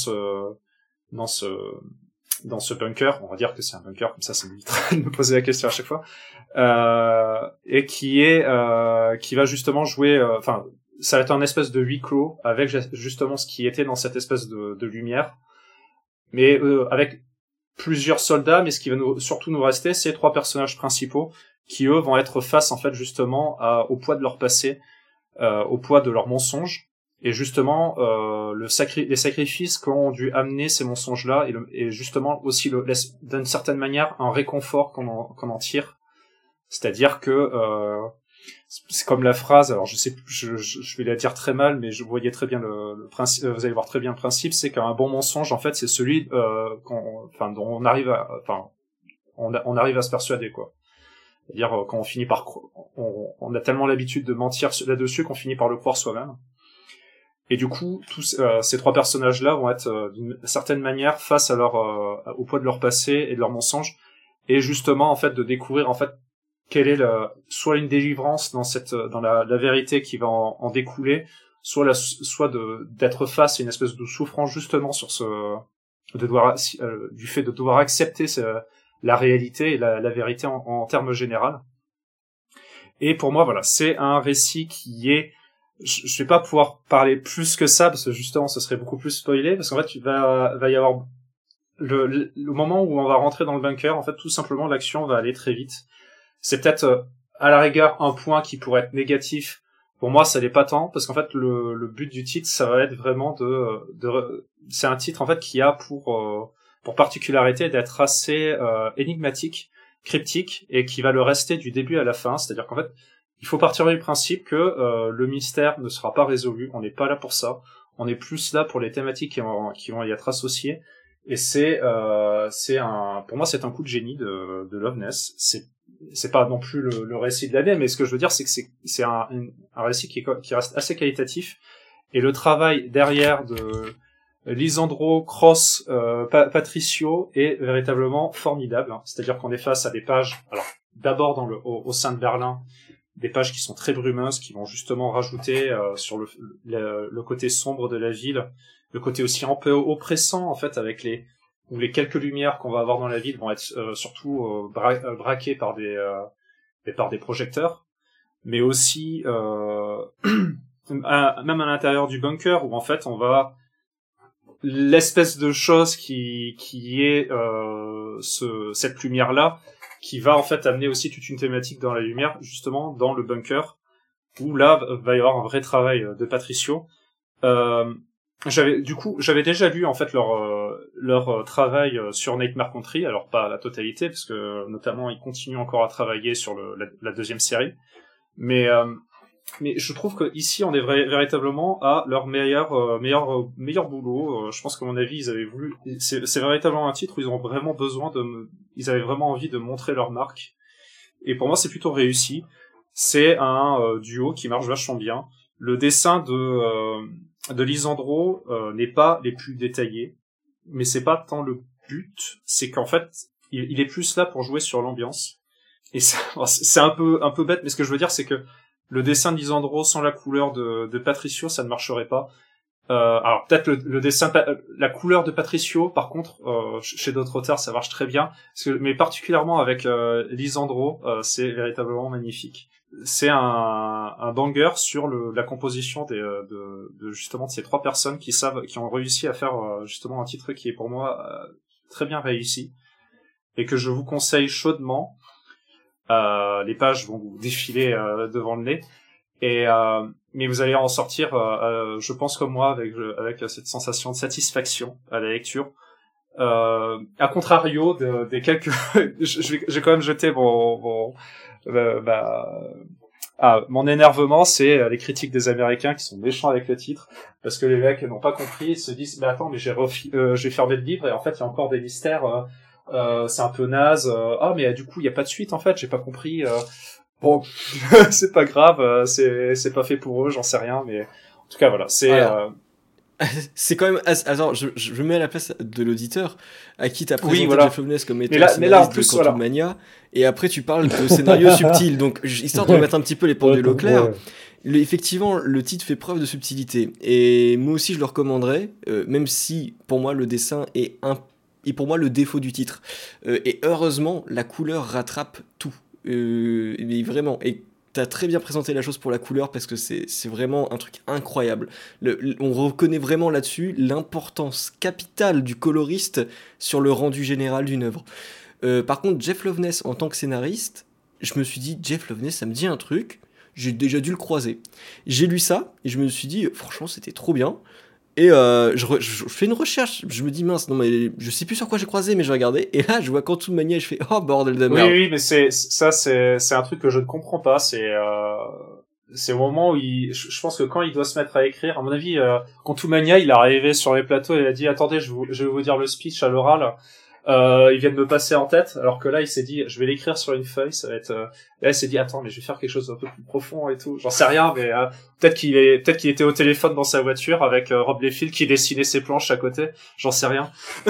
ce bunker. On va dire que c'est un bunker, comme ça m'évitera de me poser la question à chaque fois. Et qui va justement jouer, ça va être un espèce de huis clos avec justement ce qui était dans cette espèce de lumière, mais avec plusieurs soldats, mais ce qui va surtout nous rester, c'est 3 personnages principaux qui eux vont être face en fait justement au poids de leur passé, au poids de leurs mensonges, et justement les sacrifices qu'ont dû amener ces mensonges-là, et justement aussi d'une certaine manière un réconfort qu'on en tire. C'est-à-dire que c'est comme la phrase, alors je sais, je vais la dire très mal, mais vous voyez très bien le principe, vous allez voir très bien le principe, c'est qu'un bon mensonge en fait c'est celui dont on arrive à se persuader, quoi. C'est-à-dire quand on finit par on a tellement l'habitude de mentir là-dessus qu'on finit par le croire soi-même. Et du coup, tous ces 3 personnages-là vont être d'une certaine manière face à au poids de leur passé et de leurs mensonges, et justement en fait de découvrir en fait quelle est soit une délivrance dans la vérité qui va en découler, soit d'être face à une espèce de souffrance justement sur du fait de devoir accepter la réalité et la vérité en termes généraux. Et pour moi, voilà, c'est un récit qui est, je vais pas pouvoir parler plus que ça parce que justement ce serait beaucoup plus spoilé, parce qu'en fait il va y avoir le moment où on va rentrer dans le bunker, en fait tout simplement l'action va aller très vite. C'est peut-être à la rigueur un point qui pourrait être négatif. Pour moi, ça l'est pas tant, parce qu'en fait le but du titre, ça va être vraiment c'est un titre en fait qui a pour particularité d'être assez énigmatique, cryptique, et qui va le rester du début à la fin. C'est-à-dire qu'en fait, il faut partir du principe que le mystère ne sera pas résolu. On n'est pas là pour ça. On est plus là pour les thématiques qui vont y être associées. Et pour moi, c'est un coup de génie de Loveness. C'est pas non plus le récit de l'année, mais ce que je veux dire, c'est que c'est un récit qui reste assez qualitatif, et le travail derrière de Lisandro, Cross, Patricio est véritablement formidable. C'est-à-dire qu'on est face à des pages, alors d'abord au sein de Berlin, des pages qui sont très brumeuses, qui vont justement rajouter sur le côté sombre de la ville, le côté aussi un peu oppressant en fait, avec les quelques lumières qu'on va avoir dans la ville vont être surtout braquées par des projecteurs, mais aussi même à l'intérieur du bunker, où en fait on va l'espèce de chose qui est cette lumière là, qui va en fait amener aussi toute une thématique dans la lumière, justement dans le bunker, où là va y avoir un vrai travail de Patricio. J'avais déjà lu en fait leur travail sur Nightmare Country, alors pas la totalité parce que notamment ils continuent encore à travailler sur la deuxième série, mais je trouve que ici on est véritablement à leur meilleur boulot. Je pense qu'à mon avis ils avaient voulu, c'est véritablement un titre où ils ont vraiment ils avaient vraiment envie de montrer leur marque, et pour moi c'est plutôt réussi. C'est un duo qui marche vachement bien. Le dessin de Lisandro n'est pas les plus détaillés, mais c'est pas tant le but, c'est qu'en fait il est plus là pour jouer sur l'ambiance, et c'est un peu bête, mais ce que je veux dire c'est que le dessin de Lisandro sans la couleur de Patricio, ça ne marcherait pas. Alors peut-être le dessin, la couleur de Patricio, par contre, chez d'autres auteurs, ça marche très bien, mais particulièrement avec Lisandro, c'est véritablement magnifique. C'est un banger sur la composition de justement de ces 3 personnes qui ont réussi à faire justement un titre qui est pour moi très bien réussi, et que je vous conseille chaudement. Les pages vont vous défiler devant le nez, mais vous allez en sortir, je pense comme moi, avec cette sensation de satisfaction à la lecture. À contrario des quelques, j'ai quand même jeté mon énervement, c'est les critiques des Américains qui sont méchants avec le titre, parce que les mecs n'ont pas compris, ils se disent mais attends, mais j'ai fermé le livre et en fait il y a encore des mystères, c'est un peu naze, mais du coup il y a pas de suite en fait, j'ai pas compris. Bon, c'est pas grave, c'est pas fait pour eux, j'en sais rien, mais en tout cas voilà, c'est quand même attends, je mets à la place de l'auditeur à qui t'as présenté Jeff Loveness comme étant scénariste de Quantum Mania, et après tu parles de scénario subtil, donc histoire de mettre un petit peu les pendules au clair. Effectivement, le titre fait preuve de subtilité. Et moi aussi, je le recommanderais, même si, pour moi, le dessin est pour moi le défaut du titre. Et heureusement, la couleur rattrape tout. Mais vraiment. Et t'as très bien présenté la chose pour la couleur parce que c'est vraiment un truc incroyable. On reconnaît vraiment là-dessus l'importance capitale du coloriste sur le rendu général d'une œuvre. Par contre, Jeff Loveness en tant que scénariste, je me suis dit, Jeff Loveness, ça me dit un truc, j'ai déjà dû le croiser. J'ai lu ça et je me suis dit, franchement, c'était trop bien. Et je fais une recherche, je me dis mince, non mais je sais plus sur quoi j'ai croisé, mais je regardais, et là je vois Quantum Mania et je fais oh bordel de merde. Oui, mais c'est un truc que je ne comprends pas. C'est au moment où je pense que quand il doit se mettre à écrire, à mon avis, Quantum Mania, il est arrivé sur les plateaux et il a dit attendez, je vais vous dire le speech à l'oral. Ils viennent me passer en tête, alors que là il s'est dit je vais l'écrire sur une feuille, ça va être et là il s'est dit attends mais je vais faire quelque chose d'un peu plus profond et tout, j'en sais rien, mais peut-être qu'il était au téléphone dans sa voiture avec Rob Liefeld qui dessinait ses planches à côté, j'en sais rien.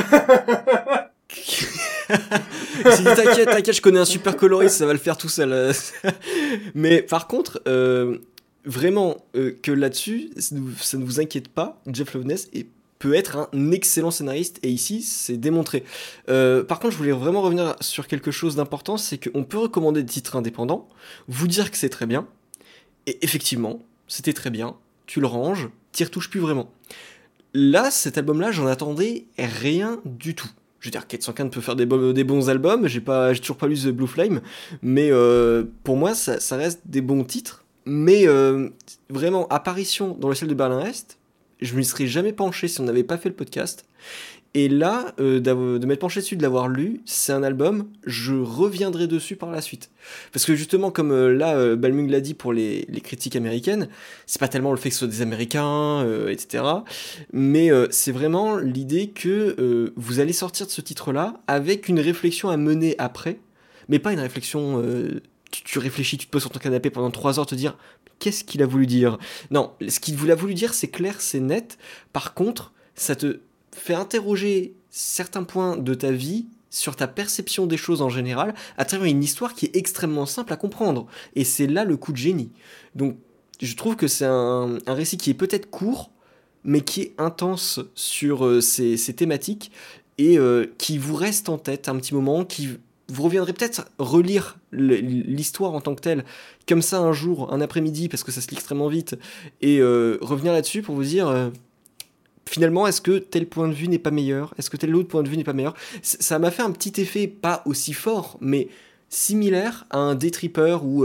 Si t'inquiète, je connais un super coloriste, ça va le faire tout seul. Mais par contre vraiment que là-dessus ça ne vous inquiète pas, Jeff Loveness peut être un excellent scénariste, et ici, c'est démontré. Par contre, je voulais vraiment revenir sur quelque chose d'important, c'est qu'on peut recommander des titres indépendants, vous dire que c'est très bien, et effectivement, c'était très bien, tu le ranges, t'y retouches plus vraiment. Là, cet album-là, j'en attendais rien du tout. Je veux dire, Kate Sankan peut faire des bons albums, j'ai toujours pas lu The Blue Flame, mais pour moi, ça reste des bons titres, mais vraiment, apparition dans le ciel de Berlin-Est, je m'y serais jamais penché si on n'avait pas fait le podcast. Et là, de m'être penché dessus, de l'avoir lu, c'est un album, je reviendrai dessus par la suite. Parce que justement, comme Balmung l'a dit pour les critiques américaines, c'est pas tellement le fait que ce soit des Américains, etc. Mais c'est vraiment l'idée que vous allez sortir de ce titre-là avec une réflexion à mener après, mais pas une réflexion... tu réfléchis, tu te poses sur ton canapé pendant 3 heures, te dire... Qu'est-ce qu'il a voulu dire ? Non, ce qu'il a voulu dire, c'est clair, c'est net. Par contre, ça te fait interroger certains points de ta vie sur ta perception des choses en général à travers une histoire qui est extrêmement simple à comprendre. Et c'est là le coup de génie. Donc, je trouve que c'est un récit qui est peut-être court, mais qui est intense sur ces thématiques et qui vous reste en tête un petit moment, qui... Vous reviendrez peut-être relire l'histoire en tant que telle, comme ça un jour, un après-midi, parce que ça se lit extrêmement vite, et revenir là-dessus pour vous dire, finalement, est-ce que tel point de vue n'est pas meilleur ? Est-ce que tel autre point de vue n'est pas meilleur ? Ça m'a fait un petit effet, pas aussi fort, mais similaire à un D-Tripper ou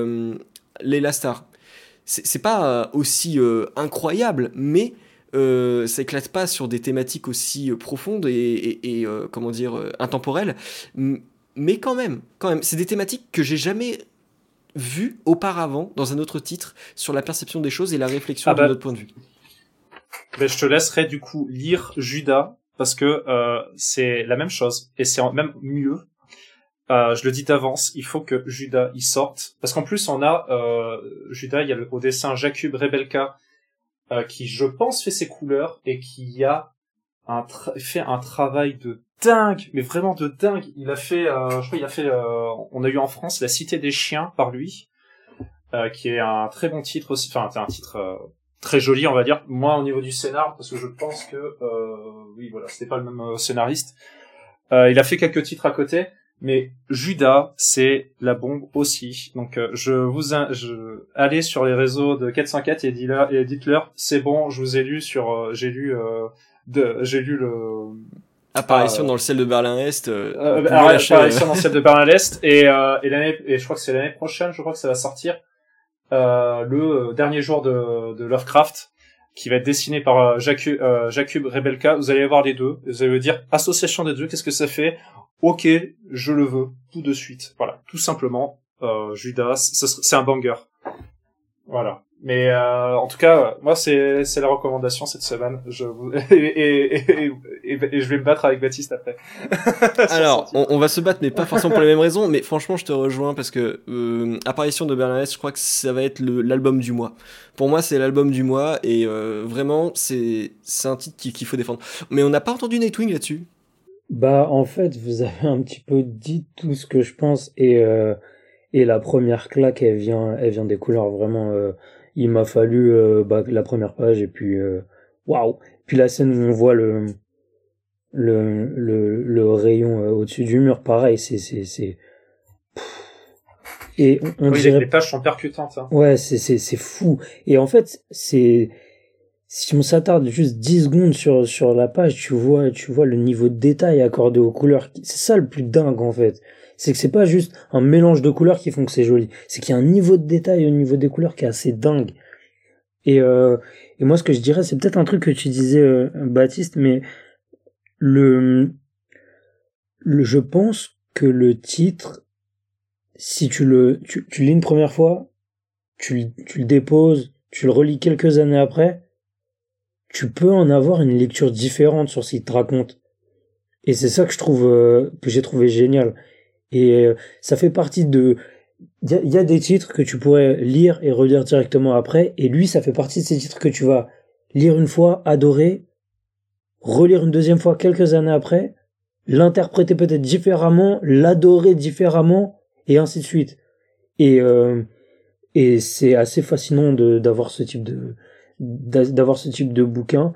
Layla Starr. C'est pas aussi incroyable, mais... ça éclate pas sur des thématiques aussi profondes et comment dire, intemporelles. Mais quand même, c'est des thématiques que j'ai jamais vues auparavant dans un autre titre sur la perception des choses et la réflexion de notre point de vue. Ben, je te laisserai du coup lire Judas parce que c'est la même chose et c'est même mieux. Je le dis d'avance, il faut que Judas y sorte parce qu'en plus on a Judas, il y a au dessin Jakub Rebelka qui je pense fait ses couleurs et qui a fait un travail de dingue, mais vraiment de dingue. Il a fait, je crois, on a eu en France La Cité des Chiens par lui, qui est un très bon titre aussi. Enfin, c'est un titre très joli, on va dire. Moi, au niveau du scénar, parce que je pense que, oui, voilà, c'était pas le même scénariste. Il a fait quelques titres à côté, mais Judas, c'est la bombe aussi. Donc, allez sur les réseaux de 404 et dites-leur, c'est bon, je vous ai lu j'ai lu le Apparition dans le ciel de Berlin-Est. Apparition dans le ciel de Berlin-Est et je crois que c'est l'année prochaine, je crois que ça va sortir le dernier jour de Lovecraft qui va être dessiné par Jakub Rebelka. Vous allez voir les deux, vous allez me dire association des deux, qu'est-ce que ça fait ? Ok, je le veux tout de suite. Voilà, tout simplement. Judas, c'est un banger. Voilà. Mais en tout cas, moi c'est la recommandation cette semaine. Et je vais me battre avec Baptiste après. Alors, on va se battre, mais pas forcément pour les mêmes raisons. Mais franchement, je te rejoins parce que Apparition de Berlin-Est, je crois que ça va être l'album du mois. Pour moi, c'est l'album du mois et vraiment, c'est un titre qu'il faut défendre. Mais on n'a pas entendu Nightwing là-dessus. Bah, en fait, vous avez un petit peu dit tout ce que je pense et la première claque, elle vient des couleurs vraiment. il m'a fallu la première page et puis waouh. Puis la scène où on voit le rayon au-dessus du mur, pareil, c'est et on Oui, dirait les pages sont percutantes. Hein. ouais, c'est fou. Et en fait, si on s'attarde juste 10 secondes sur la page, tu vois le niveau de détail accordé aux couleurs. C'est ça le plus dingue, en fait. C'est que c'est pas juste un mélange de couleurs qui font que c'est joli. C'est qu'il y a un niveau de détail au niveau des couleurs qui est assez dingue. Et moi, ce que je dirais, c'est peut-être un truc que tu disais, Baptiste, mais je pense que le titre, si tu lis une première fois, tu le déposes, tu le relis quelques années après, tu peux en avoir une lecture différente sur ce qu'il te raconte. Et c'est ça que que j'ai trouvé génial. Et ça fait partie il y a des titres que tu pourrais lire et relire directement après, et lui, ça fait partie de ces titres que tu vas lire une fois, adorer, relire une deuxième fois quelques années après, l'interpréter peut-être différemment, l'adorer différemment, et ainsi de suite. Et c'est assez fascinant d'avoir ce type d'avoir ce type de bouquin.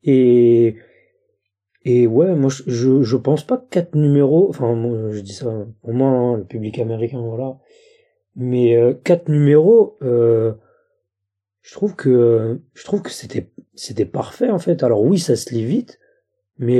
Et ouais, moi je pense pas que 4 numéros, enfin moi, je dis ça pour moi, hein, le public américain, voilà. Mais 4 numéros, je trouve que c'était parfait en fait. Alors oui, ça se lit vite, mais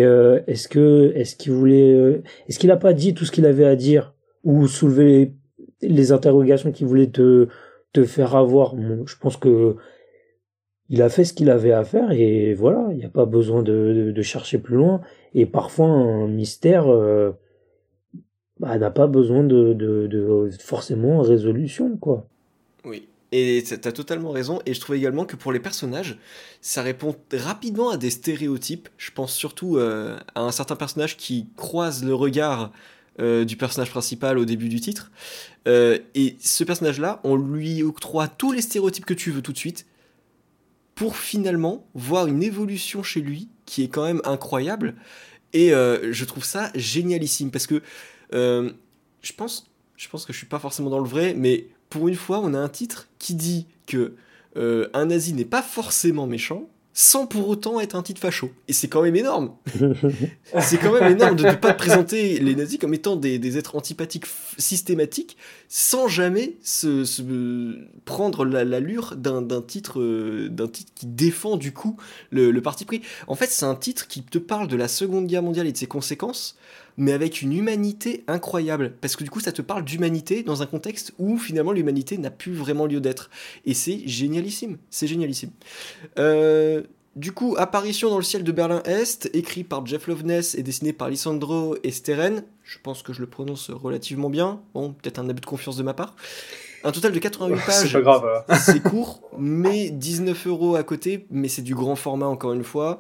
est-ce qu'il a pas dit tout ce qu'il avait à dire ou soulevé les interrogations qu'il voulait te faire avoir? Bon, je pense que il a fait ce qu'il avait à faire et voilà, il n'y a pas besoin de chercher plus loin. Et parfois un mystère n'a pas besoin de forcément résolution, quoi. Oui. Et t'as totalement raison, et je trouve également que pour les personnages, ça répond rapidement à des stéréotypes. Je pense surtout à un certain personnage qui croise le regard du personnage principal au début du titre. Et ce personnage-là, on lui octroie tous les stéréotypes que tu veux tout de suite, pour finalement voir une évolution chez lui qui est quand même incroyable. Et je trouve ça génialissime, parce que euh, je pense que je suis pas forcément dans le vrai, mais pour une fois, on a un titre qui dit que un nazi n'est pas forcément méchant, sans pour autant être un titre facho. Et c'est quand même énorme. C'est quand même énorme de ne pas présenter les nazis comme étant des êtres antipathiques systématiques, sans jamais prendre l'allure d'un titre qui défend du coup le parti pris. En fait, c'est un titre qui te parle de la Seconde Guerre mondiale et de ses conséquences, mais avec une humanité incroyable. Parce que du coup, ça te parle d'humanité dans un contexte où finalement l'humanité n'a plus vraiment lieu d'être. Et c'est génialissime. C'est génialissime. Du coup, Apparition dans le ciel de Berlin-Est, écrit par Jeff Loveness et dessiné par Lisandro Esteren. Je pense que je le prononce relativement bien. Bon, peut-être un abus de confiance de ma part. Un total de 88 pages. C'est pas grave. C'est court, mais 19 € à côté. Mais c'est du grand format, encore une fois.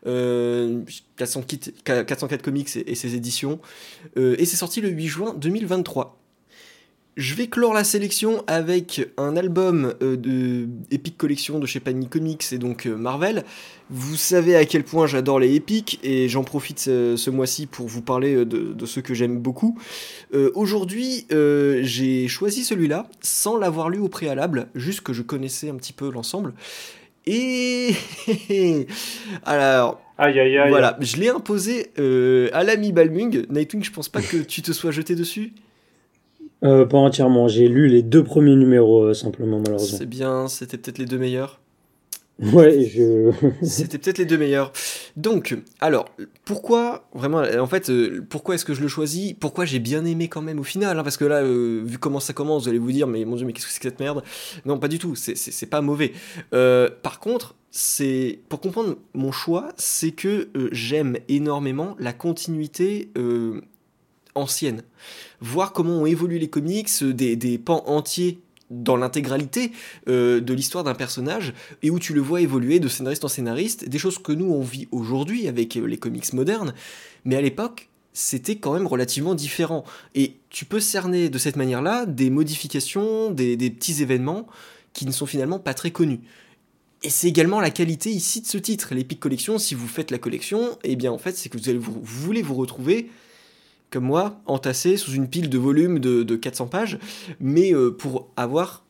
404 comics et ses éditions. Et c'est sorti le 8 juin 2023. Je vais clore la sélection avec un album de Epic Collection de chez Panini Comics et donc Marvel. Vous savez à quel point j'adore les Epic et j'en profite ce mois-ci pour vous parler de ceux que j'aime beaucoup. Aujourd'hui, j'ai choisi celui-là sans l'avoir lu au préalable, juste que je connaissais un petit peu l'ensemble. Et alors, Aïe, aïe, aïe. voilà, je l'ai imposé à l'ami Balmung. Nightwing, je pense pas que tu te sois jeté dessus. Pas entièrement, j'ai lu les 2 premiers numéros simplement, malheureusement. C'est bien, c'était peut-être les 2 meilleurs. Ouais, C'était peut-être les 2 meilleurs. Donc, alors, pourquoi, vraiment, en fait, pourquoi est-ce que je le choisis? Pourquoi j'ai bien aimé quand même au final, hein, parce que là, vu comment ça commence, vous allez vous dire, mais mon Dieu, mais qu'est-ce que c'est que cette merde? Non, pas du tout, c'est pas mauvais. Par contre, pour comprendre mon choix, c'est que j'aime énormément la continuité ancienne. Voir comment ont évolué les comics, des pans entiers dans l'intégralité de l'histoire d'un personnage, et où tu le vois évoluer de scénariste en scénariste, des choses que nous on vit aujourd'hui avec les comics modernes, mais à l'époque c'était quand même relativement différent. Et tu peux cerner de cette manière-là des modifications, des petits événements qui ne sont finalement pas très connus. Et c'est également la qualité ici de ce titre. L'Epic Collection, si vous faites la collection, eh bien en fait c'est que vous voulez vous retrouver comme moi, entassé sous une pile de volumes de 400 pages, mais pour avoir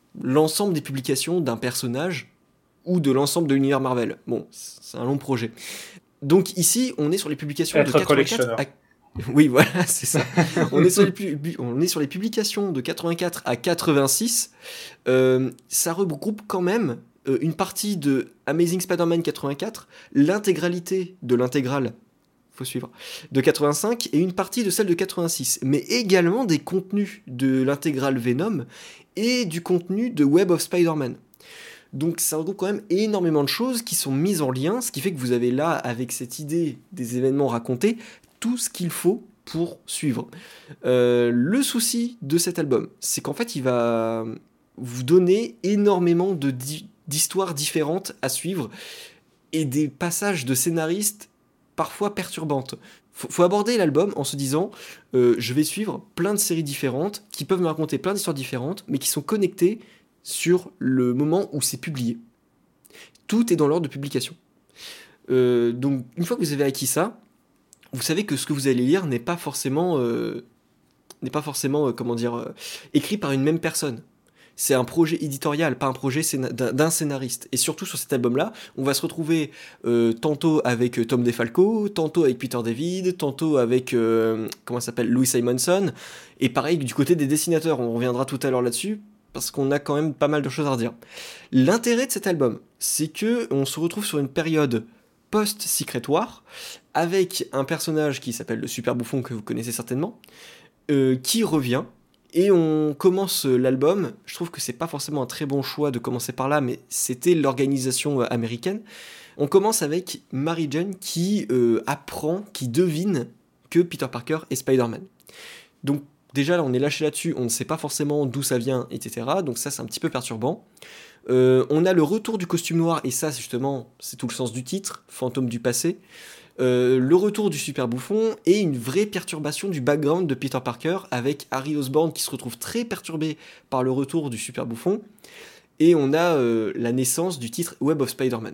l'ensemble des publications d'un personnage ou de l'ensemble de l'univers Marvel. Bon, c'est un long projet. Donc ici, on est sur les publications de 84 à... Oui, voilà, c'est ça. on est sur les publications de 84 à 86. Ça regroupe quand même une partie de Amazing Spider-Man 84, l'intégralité de l'intégrale, faut suivre, de 85 et une partie de celle de 86, mais également des contenus de l'intégrale Venom et du contenu de Web of Spider-Man. Donc ça regroupe quand même énormément de choses qui sont mises en lien, ce qui fait que vous avez là, avec cette idée des événements racontés, tout ce qu'il faut pour suivre. Le souci de cet album, c'est qu'en fait, il va vous donner énormément d'histoires différentes à suivre et des passages de scénaristes parfois perturbantes. Faut aborder l'album en se disant je vais suivre plein de séries différentes qui peuvent me raconter plein d'histoires différentes, mais qui sont connectées sur le moment où c'est publié. Tout est dans l'ordre de publication. Donc, une fois que vous avez acquis ça, vous savez que ce que vous allez lire n'est pas forcément, écrit par une même personne. C'est un projet éditorial, pas un projet d'un scénariste. Et surtout sur cet album-là, on va se retrouver tantôt avec Tom DeFalco, tantôt avec Peter David, tantôt avec Louis Simonson, et pareil du côté des dessinateurs. On reviendra tout à l'heure là-dessus, parce qu'on a quand même pas mal de choses à redire. L'intérêt de cet album, c'est que on se retrouve sur une période post-Secret War, avec un personnage qui s'appelle le Super Bouffon, que vous connaissez certainement, qui revient, et on commence l'album. Je trouve que c'est pas forcément un très bon choix de commencer par là, mais c'était l'organisation américaine. On commence avec Mary Jane qui apprend, qui devine que Peter Parker est Spider-Man. Donc déjà, là, on est lâché là-dessus, on ne sait pas forcément d'où ça vient, etc. Donc ça, c'est un petit peu perturbant. On a le retour du costume noir, et ça, justement, c'est tout le sens du titre, Fantôme du passé. Le retour du Super Bouffon, et une vraie perturbation du background de Peter Parker, avec Harry Osborn qui se retrouve très perturbé par le retour du Super Bouffon. Et on a la naissance du titre Web of Spider-Man.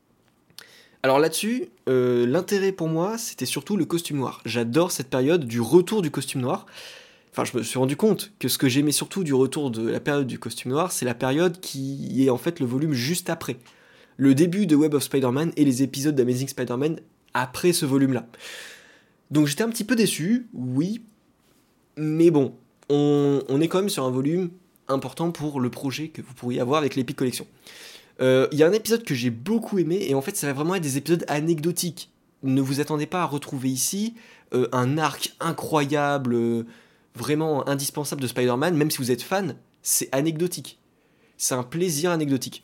Alors là-dessus, l'intérêt pour moi, c'était surtout le costume noir. J'adore cette période du retour du costume noir. Enfin, je me suis rendu compte que ce que j'aimais surtout du retour de la période du costume noir, c'est la période qui est en fait le volume juste après. Le début de Web of Spider-Man et les épisodes d'Amazing Spider-Man après ce volume-là. Donc j'étais un petit peu déçu, oui, mais bon, on est quand même sur un volume important pour le projet que vous pourriez avoir avec l'Epic Collection. Il y a un épisode que j'ai beaucoup aimé, et en fait ça va vraiment être des épisodes anecdotiques. Ne vous attendez pas à retrouver ici un arc incroyable, vraiment indispensable de Spider-Man, même si vous êtes fan, c'est anecdotique. C'est un plaisir anecdotique.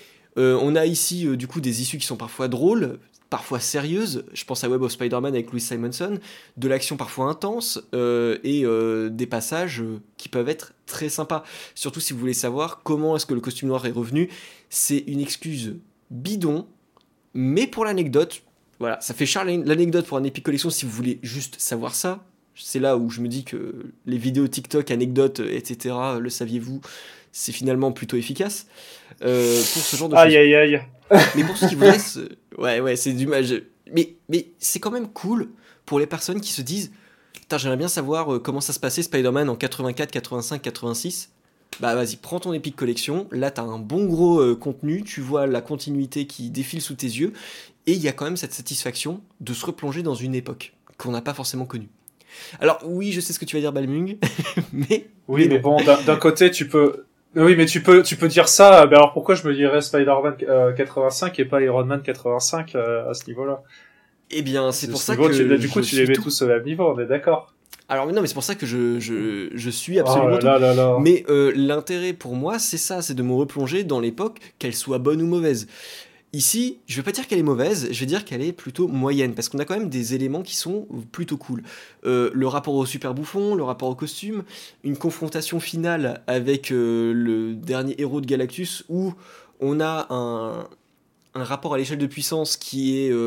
On a ici du coup des issues qui sont parfois drôles, parfois sérieuses. Je pense à Web of Spider-Man avec Louis Simonson, de l'action parfois intense et des passages qui peuvent être très sympas. Surtout si vous voulez savoir comment est-ce que le costume noir est revenu. C'est une excuse bidon, mais pour l'anecdote, voilà, ça fait l'anecdote pour un Epic Collection si vous voulez juste savoir ça. C'est là où je me dis que les vidéos TikTok, anecdotes, etc., le saviez-vous, c'est finalement plutôt efficace pour ce genre de choses. Aïe, aïe, aïe. Mais pour ceux qui voudraient... Ouais, c'est du mal. Mais c'est quand même cool pour les personnes qui se disent « Putain, j'aimerais bien savoir comment ça se passait Spider-Man en 84, 85, 86. » Bah vas-y, prends ton Epic Collection. Là, t'as un bon gros contenu. Tu vois la continuité qui défile sous tes yeux. Et il y a quand même cette satisfaction de se replonger dans une époque qu'on n'a pas forcément connue. Alors oui, je sais ce que tu vas dire, Balmung, mais... Oui, mais bon, d'un côté, tu peux... Oui, mais tu peux dire ça, mais alors pourquoi je me dirais Spider-Man 85 et pas Iron Man 85 à ce niveau-là? Eh bien, c'est pour ça que... Du coup, tu les mets tous au même niveau, on est d'accord. Alors non, mais c'est pour ça que je suis absolument tout. Mais l'intérêt pour moi, c'est ça, c'est de me replonger dans l'époque, qu'elle soit bonne ou mauvaise. Ici, je vais pas dire qu'elle est mauvaise, je vais dire qu'elle est plutôt moyenne, parce qu'on a quand même des éléments qui sont plutôt cool. Le rapport au Super Bouffon, le rapport au costume, une confrontation finale avec le dernier héros de Galactus, où on a un rapport à l'échelle de puissance qui est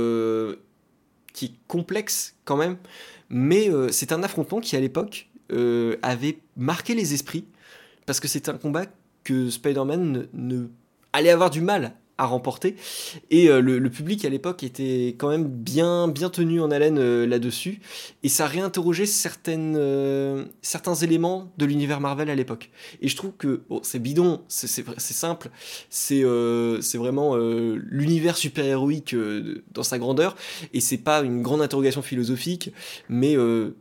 complexe quand même, mais c'est un affrontement qui à l'époque avait marqué les esprits, parce que c'était un combat que Spider-Man ne allait avoir du mal à remporter. Et le public à l'époque était quand même bien tenu en haleine là-dessus. Et ça réinterrogeait certains éléments de l'univers Marvel à l'époque. Et je trouve que bon, c'est bidon, c'est simple, c'est vraiment l'univers super-héroïque dans sa grandeur. Et c'est pas une grande interrogation philosophique, mais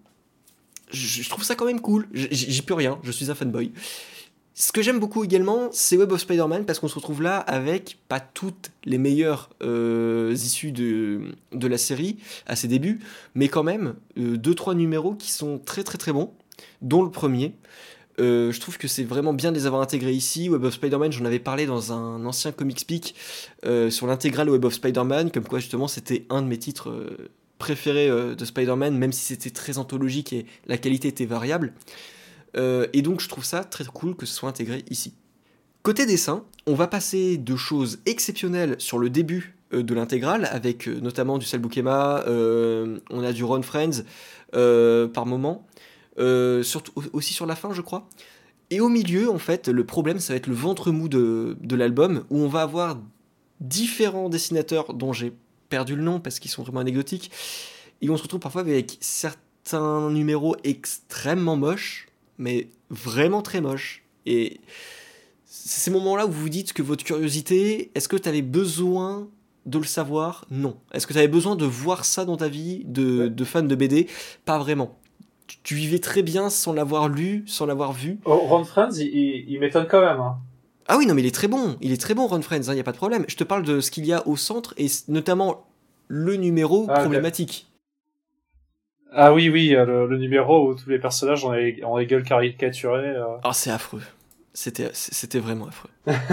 je trouve ça quand même cool. J'y peux rien, je suis un fanboy. Ce que j'aime beaucoup également, c'est Web of Spider-Man, parce qu'on se retrouve là avec pas toutes les meilleures issues de la série à ses débuts, mais quand même 2-3 numéros qui sont très très très bons, dont le premier. Je trouve que c'est vraiment bien de les avoir intégrés ici. Web of Spider-Man, j'en avais parlé dans un ancien Comic Speak sur l'intégrale Web of Spider-Man, comme quoi justement c'était un de mes titres préférés de Spider-Man, même si c'était très anthologique et la qualité était variable. Et donc je trouve ça très cool que ce soit intégré ici. Côté dessin, on va passer de choses exceptionnelles sur le début de l'intégrale, avec notamment du Sal Buscema, on a du Ron Frenz par moment, surtout aussi sur la fin je crois. Et au milieu, en fait, le problème ça va être le ventre mou de l'album, où on va avoir différents dessinateurs dont j'ai perdu le nom parce qu'ils sont vraiment anecdotiques, et on se retrouve parfois avec certains numéros extrêmement moches, mais vraiment très moche. Et c'est ces moments-là où vous vous dites que votre curiosité, est-ce que tu avais besoin de le savoir ? Non. Est-ce que tu avais besoin de voir ça dans ta vie de fan de BD ? Pas vraiment. Tu vivais très bien sans l'avoir lu, sans l'avoir vu. Oh, Ron Frenz, il m'étonne quand même. Hein. Ah oui, non, mais il est très bon, Ron Frenz, il n'y a pas de problème. Je te parle de ce qu'il y a au centre, et notamment le numéro problématique. Ah oui, le numéro où tous les personnages ont les gueules caricaturées. Ah, c'est affreux. C'était vraiment affreux.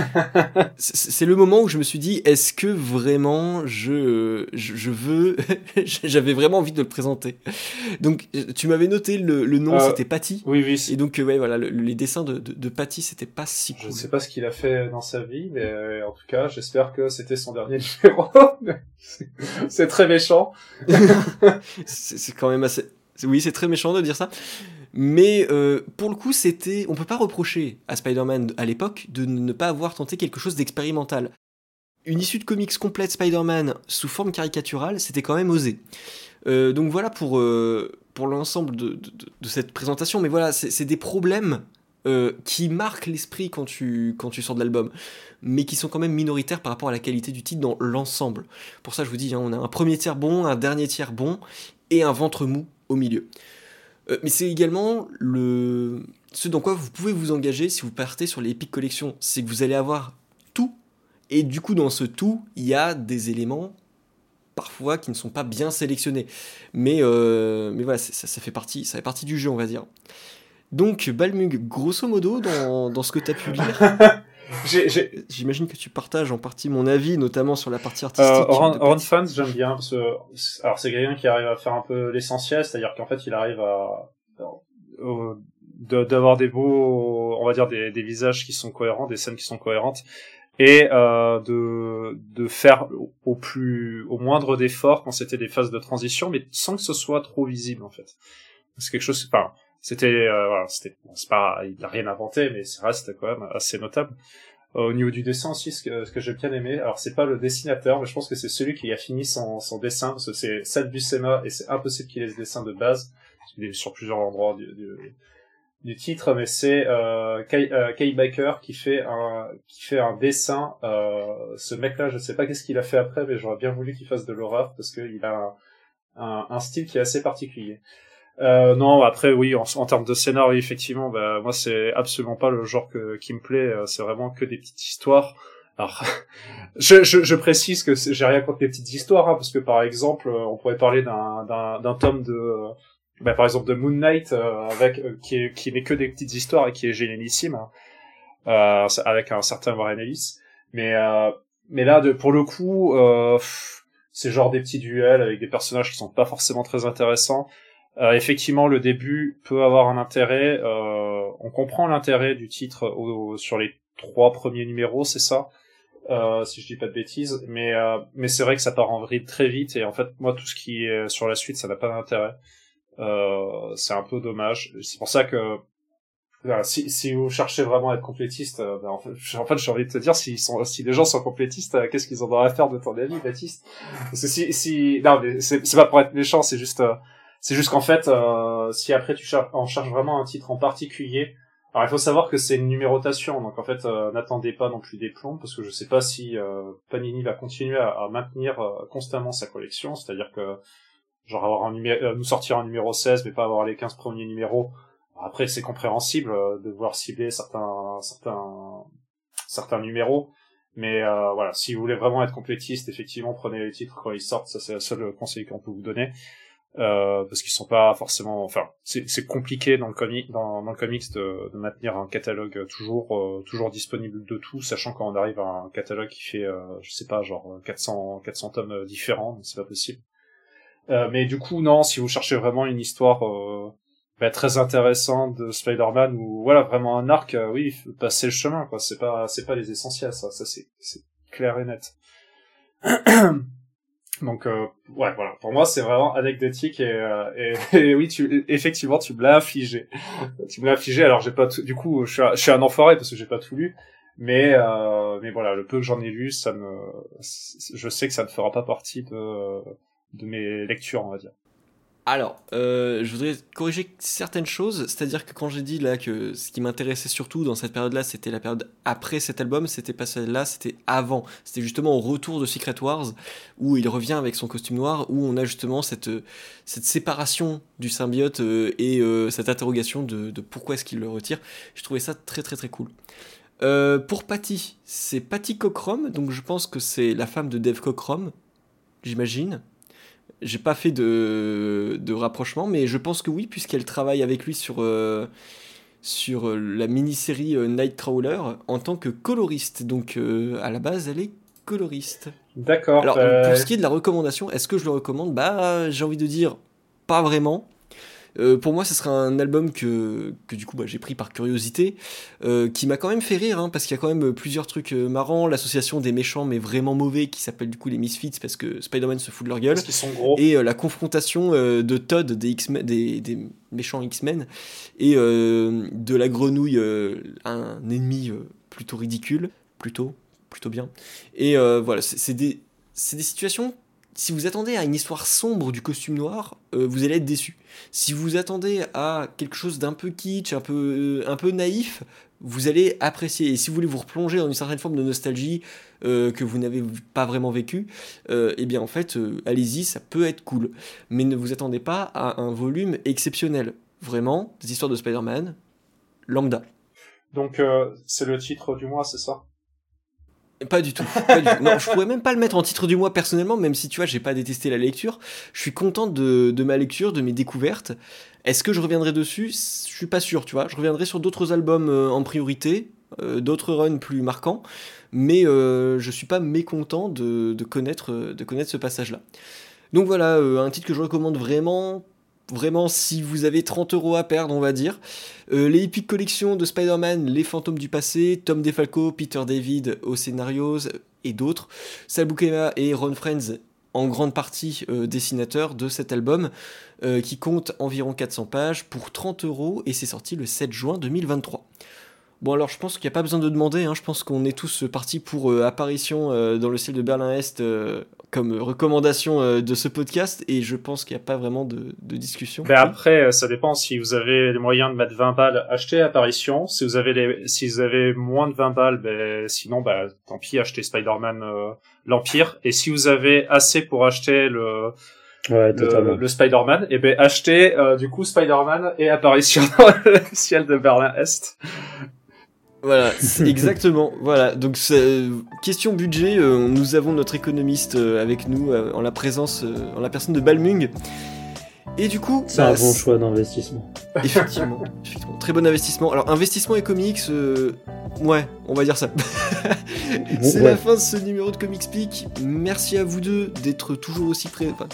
C'est le moment où je me suis dit, est-ce que vraiment je veux... J'avais vraiment envie de le présenter. Donc, tu m'avais noté le nom, c'était Patty. Oui. Et donc, ouais, voilà, les dessins de Patty, c'était pas si cool. Je sais pas ce qu'il a fait dans sa vie, mais en tout cas, j'espère que c'était son dernier numéro. C'est très méchant. C'est quand même assez... Oui, c'est très méchant de dire ça. Mais pour le coup, on peut pas reprocher à Spider-Man à l'époque de ne pas avoir tenté quelque chose d'expérimental. Une issue de comics complète Spider-Man sous forme caricaturale, c'était quand même osé. Donc voilà pour l'ensemble de cette présentation. Mais voilà, c'est des problèmes qui marquent l'esprit quand tu sors de l'album, mais qui sont quand même minoritaires par rapport à la qualité du titre dans l'ensemble. Pour ça, je vous dis, on a un premier tiers bon, un dernier tiers bon, et un ventre mou au milieu. Mais c'est également ce dans quoi vous pouvez vous engager si vous partez sur les Epic Collections. C'est que vous allez avoir tout. Et du coup, dans ce tout, il y a des éléments parfois qui ne sont pas bien sélectionnés. Mais voilà, ça fait partie du jeu, on va dire. Donc, Balmung, grosso modo, dans ce que tu as pu lire... J'imagine que tu partages en partie mon avis, notamment sur la partie artistique. Ron Frenz, j'aime bien parce que alors c'est quelqu'un qui arrive à faire un peu l'essentiel, c'est-à-dire qu'en fait il arrive à d'avoir des beaux, on va dire des visages qui sont cohérents, des scènes qui sont cohérentes, et de faire au moindre d'efforts quand c'était des phases de transition, mais sans que ce soit trop visible en fait. C'est quelque chose, enfin voilà, c'est pas, il a rien inventé, mais ça reste quand même assez notable. Au niveau du dessin aussi, ce que j'ai bien aimé, alors c'est pas le dessinateur, mais je pense que c'est celui qui a fini son dessin, parce que c'est Sal Buscema, et c'est impossible qu'il ait ce dessin de base, parce qu'il est sur plusieurs endroits du titre, mais c'est Kay Baker qui fait un dessin. Ce mec-là, je sais pas qu'est-ce qu'il a fait après, mais j'aurais bien voulu qu'il fasse de l'horreur, parce qu'il a un style qui est assez particulier. Non, après oui, en termes de scénar, oui, effectivement, moi c'est absolument pas le genre qui me plaît. C'est vraiment que des petites histoires. Alors, je précise que j'ai rien contre les petites histoires, hein, parce que par exemple, on pourrait parler d'un tome par exemple de Moon Knight, qui n'est que des petites histoires et qui est génialissime, avec un certain Warren Ellis. Mais là, pour le coup, c'est genre des petits duels avec des personnages qui sont pas forcément très intéressants. Effectivement, le début peut avoir un intérêt. On comprend l'intérêt du titre sur les 3 premiers numéros, c'est ça, si je dis pas de bêtises. Mais c'est vrai que ça part en vrille très vite. Et en fait, moi, tout ce qui est sur la suite, ça n'a pas d'intérêt. C'est un peu dommage. C'est pour ça que voilà, si vous cherchez vraiment à être complétiste, en fait, j'ai envie de te dire, si les gens sont complétistes, qu'est-ce qu'ils en auraient à faire de ton avis, Baptiste? Parce que non, mais c'est pas pour être méchant, c'est juste qu'en fait, si après tu cherches vraiment un titre en particulier, alors il faut savoir que c'est une numérotation, donc en fait, n'attendez pas non plus des plombs, parce que je sais pas si Panini va continuer à maintenir constamment sa collection, c'est-à-dire que genre avoir nous sortir un numéro 16, mais pas avoir les 15 premiers numéros. Après, c'est compréhensible de vouloir cibler certains numéros, mais voilà, si vous voulez vraiment être complétiste, effectivement, prenez les titres quand ils sortent, ça c'est le seul conseil qu'on peut vous donner, parce qu'ils sont pas forcément, enfin, c'est compliqué dans le comics de maintenir un catalogue toujours disponible de tout, sachant quand on arrive à un catalogue qui fait, je sais pas, genre 400 tomes différents, c'est pas possible. Mais du coup, non, si vous cherchez vraiment une histoire très intéressante de Spider-Man ou voilà vraiment un arc, oui, passez le chemin, quoi. C'est pas les essentiels, ça c'est clair et net. Donc ouais, voilà, pour moi c'est vraiment anecdotique et oui, effectivement tu me l'as affligé. Alors j'ai pas tout, du coup je suis un enfoiré parce que j'ai pas tout lu, mais voilà, le peu que j'en ai lu, je sais que ça ne fera pas partie de mes lectures, on va dire. Alors, je voudrais corriger certaines choses, c'est-à-dire que quand j'ai dit là que ce qui m'intéressait surtout dans cette période-là, c'était la période après cet album, c'était pas celle-là, c'était avant. C'était justement au retour de Secret Wars, où il revient avec son costume noir, où on a justement cette séparation du symbiote et cette interrogation de pourquoi est-ce qu'il le retire. Je trouvais ça très très très cool. Pour Patty, c'est Patty Cockrum, donc je pense que c'est la femme de Dave Cockrum, j'imagine. J'ai pas fait de rapprochement, mais je pense que oui, puisqu'elle travaille avec lui sur la mini-série Nightcrawler en tant que coloriste. Donc à la base, elle est coloriste. D'accord. Alors pour ce qui est de la recommandation, est-ce que je le recommande ? Bah, j'ai envie de dire pas vraiment. Pour moi, ce sera un album que du coup j'ai pris par curiosité, qui m'a quand même fait rire, hein, parce qu'il y a quand même plusieurs trucs marrants, l'association des méchants mais vraiment mauvais qui s'appelle du coup les Misfits parce que Spider-Man se fout de leur gueule, parce qu'ils sont gros. Et la confrontation de Todd des méchants X-Men et de la grenouille, un ennemi plutôt ridicule, plutôt bien. Et voilà, c'est des situations. Si vous attendez à une histoire sombre du costume noir, vous allez être déçu. Si vous attendez à quelque chose d'un peu kitsch, un peu naïf, vous allez apprécier. Et si vous voulez vous replonger dans une certaine forme de nostalgie que vous n'avez pas vraiment vécue, eh bien en fait, allez-y, ça peut être cool. Mais ne vous attendez pas à un volume exceptionnel. Vraiment, des histoires de Spider-Man, lambda. Donc c'est le titre du mois, c'est ça ? Pas du tout. Non, je pourrais même pas le mettre en titre du mois personnellement, même si tu vois, j'ai pas détesté la lecture. Je suis content de ma lecture, de mes découvertes. Est-ce que je reviendrai dessus ? Je suis pas sûr, tu vois. Je reviendrai sur d'autres albums en priorité, d'autres runs plus marquants, mais je suis pas mécontent de connaître ce passage-là. Donc voilà, un titre que je recommande vraiment si vous avez 30 € à perdre, on va dire. Les Epic Collections de Spider-Man, Les Fantômes du Passé, Tom DeFalco, Peter David aux scénarios et d'autres. Sal Buscema et Ron Frenz, en grande partie dessinateurs de cet album, qui compte environ 400 pages pour 30 € et c'est sorti le 7 juin 2023. Bon alors je pense qu'il n'y a pas besoin de demander, hein, je pense qu'on est tous partis pour apparition dans le ciel de Berlin-Est comme recommandation de ce podcast et je pense qu'il n'y a pas vraiment de discussion. Ben après, ça dépend, si vous avez les moyens de mettre 20 balles, achetez Apparition, si vous avez moins de 20 balles, ben sinon bah tant pis, achetez Spider-Man l'Empire, et si vous avez assez pour acheter le Spider-Man, et ben achetez du coup Spider-Man et Apparition dans le ciel de Berlin-Est. Voilà, exactement. Voilà, donc question budget, nous avons notre économiste avec nous en la personne de Balmung. Et du coup, c'est un bon choix d'investissement. Effectivement, très bon investissement. Alors investissement et comics, ouais, on va dire ça. C'est la fin de ce numéro de Comics Peak. Merci à vous deux d'être toujours aussi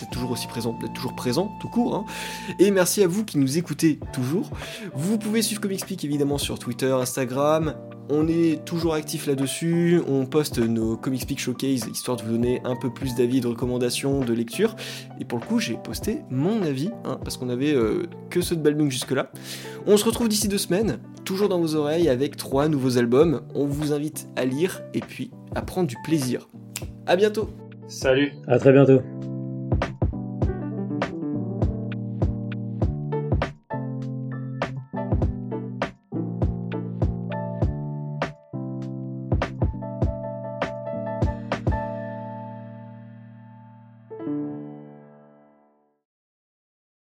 présents, tout court. Hein. Et merci à vous qui nous écoutez toujours. Vous pouvez suivre Comics Peak évidemment sur Twitter, Instagram. On est toujours actifs là-dessus. On poste nos Comics Peak Showcase histoire de vous donner un peu plus d'avis, de recommandations, de lecture. Et pour le coup, j'ai posté mon avis, hein, parce qu'on avait que ceux de Balmung jusque-là. On se retrouve d'ici 2 semaines, toujours dans vos oreilles avec 3 nouveaux albums. On vous invite à lire et puis à prendre du plaisir. À bientôt. Salut. À très bientôt.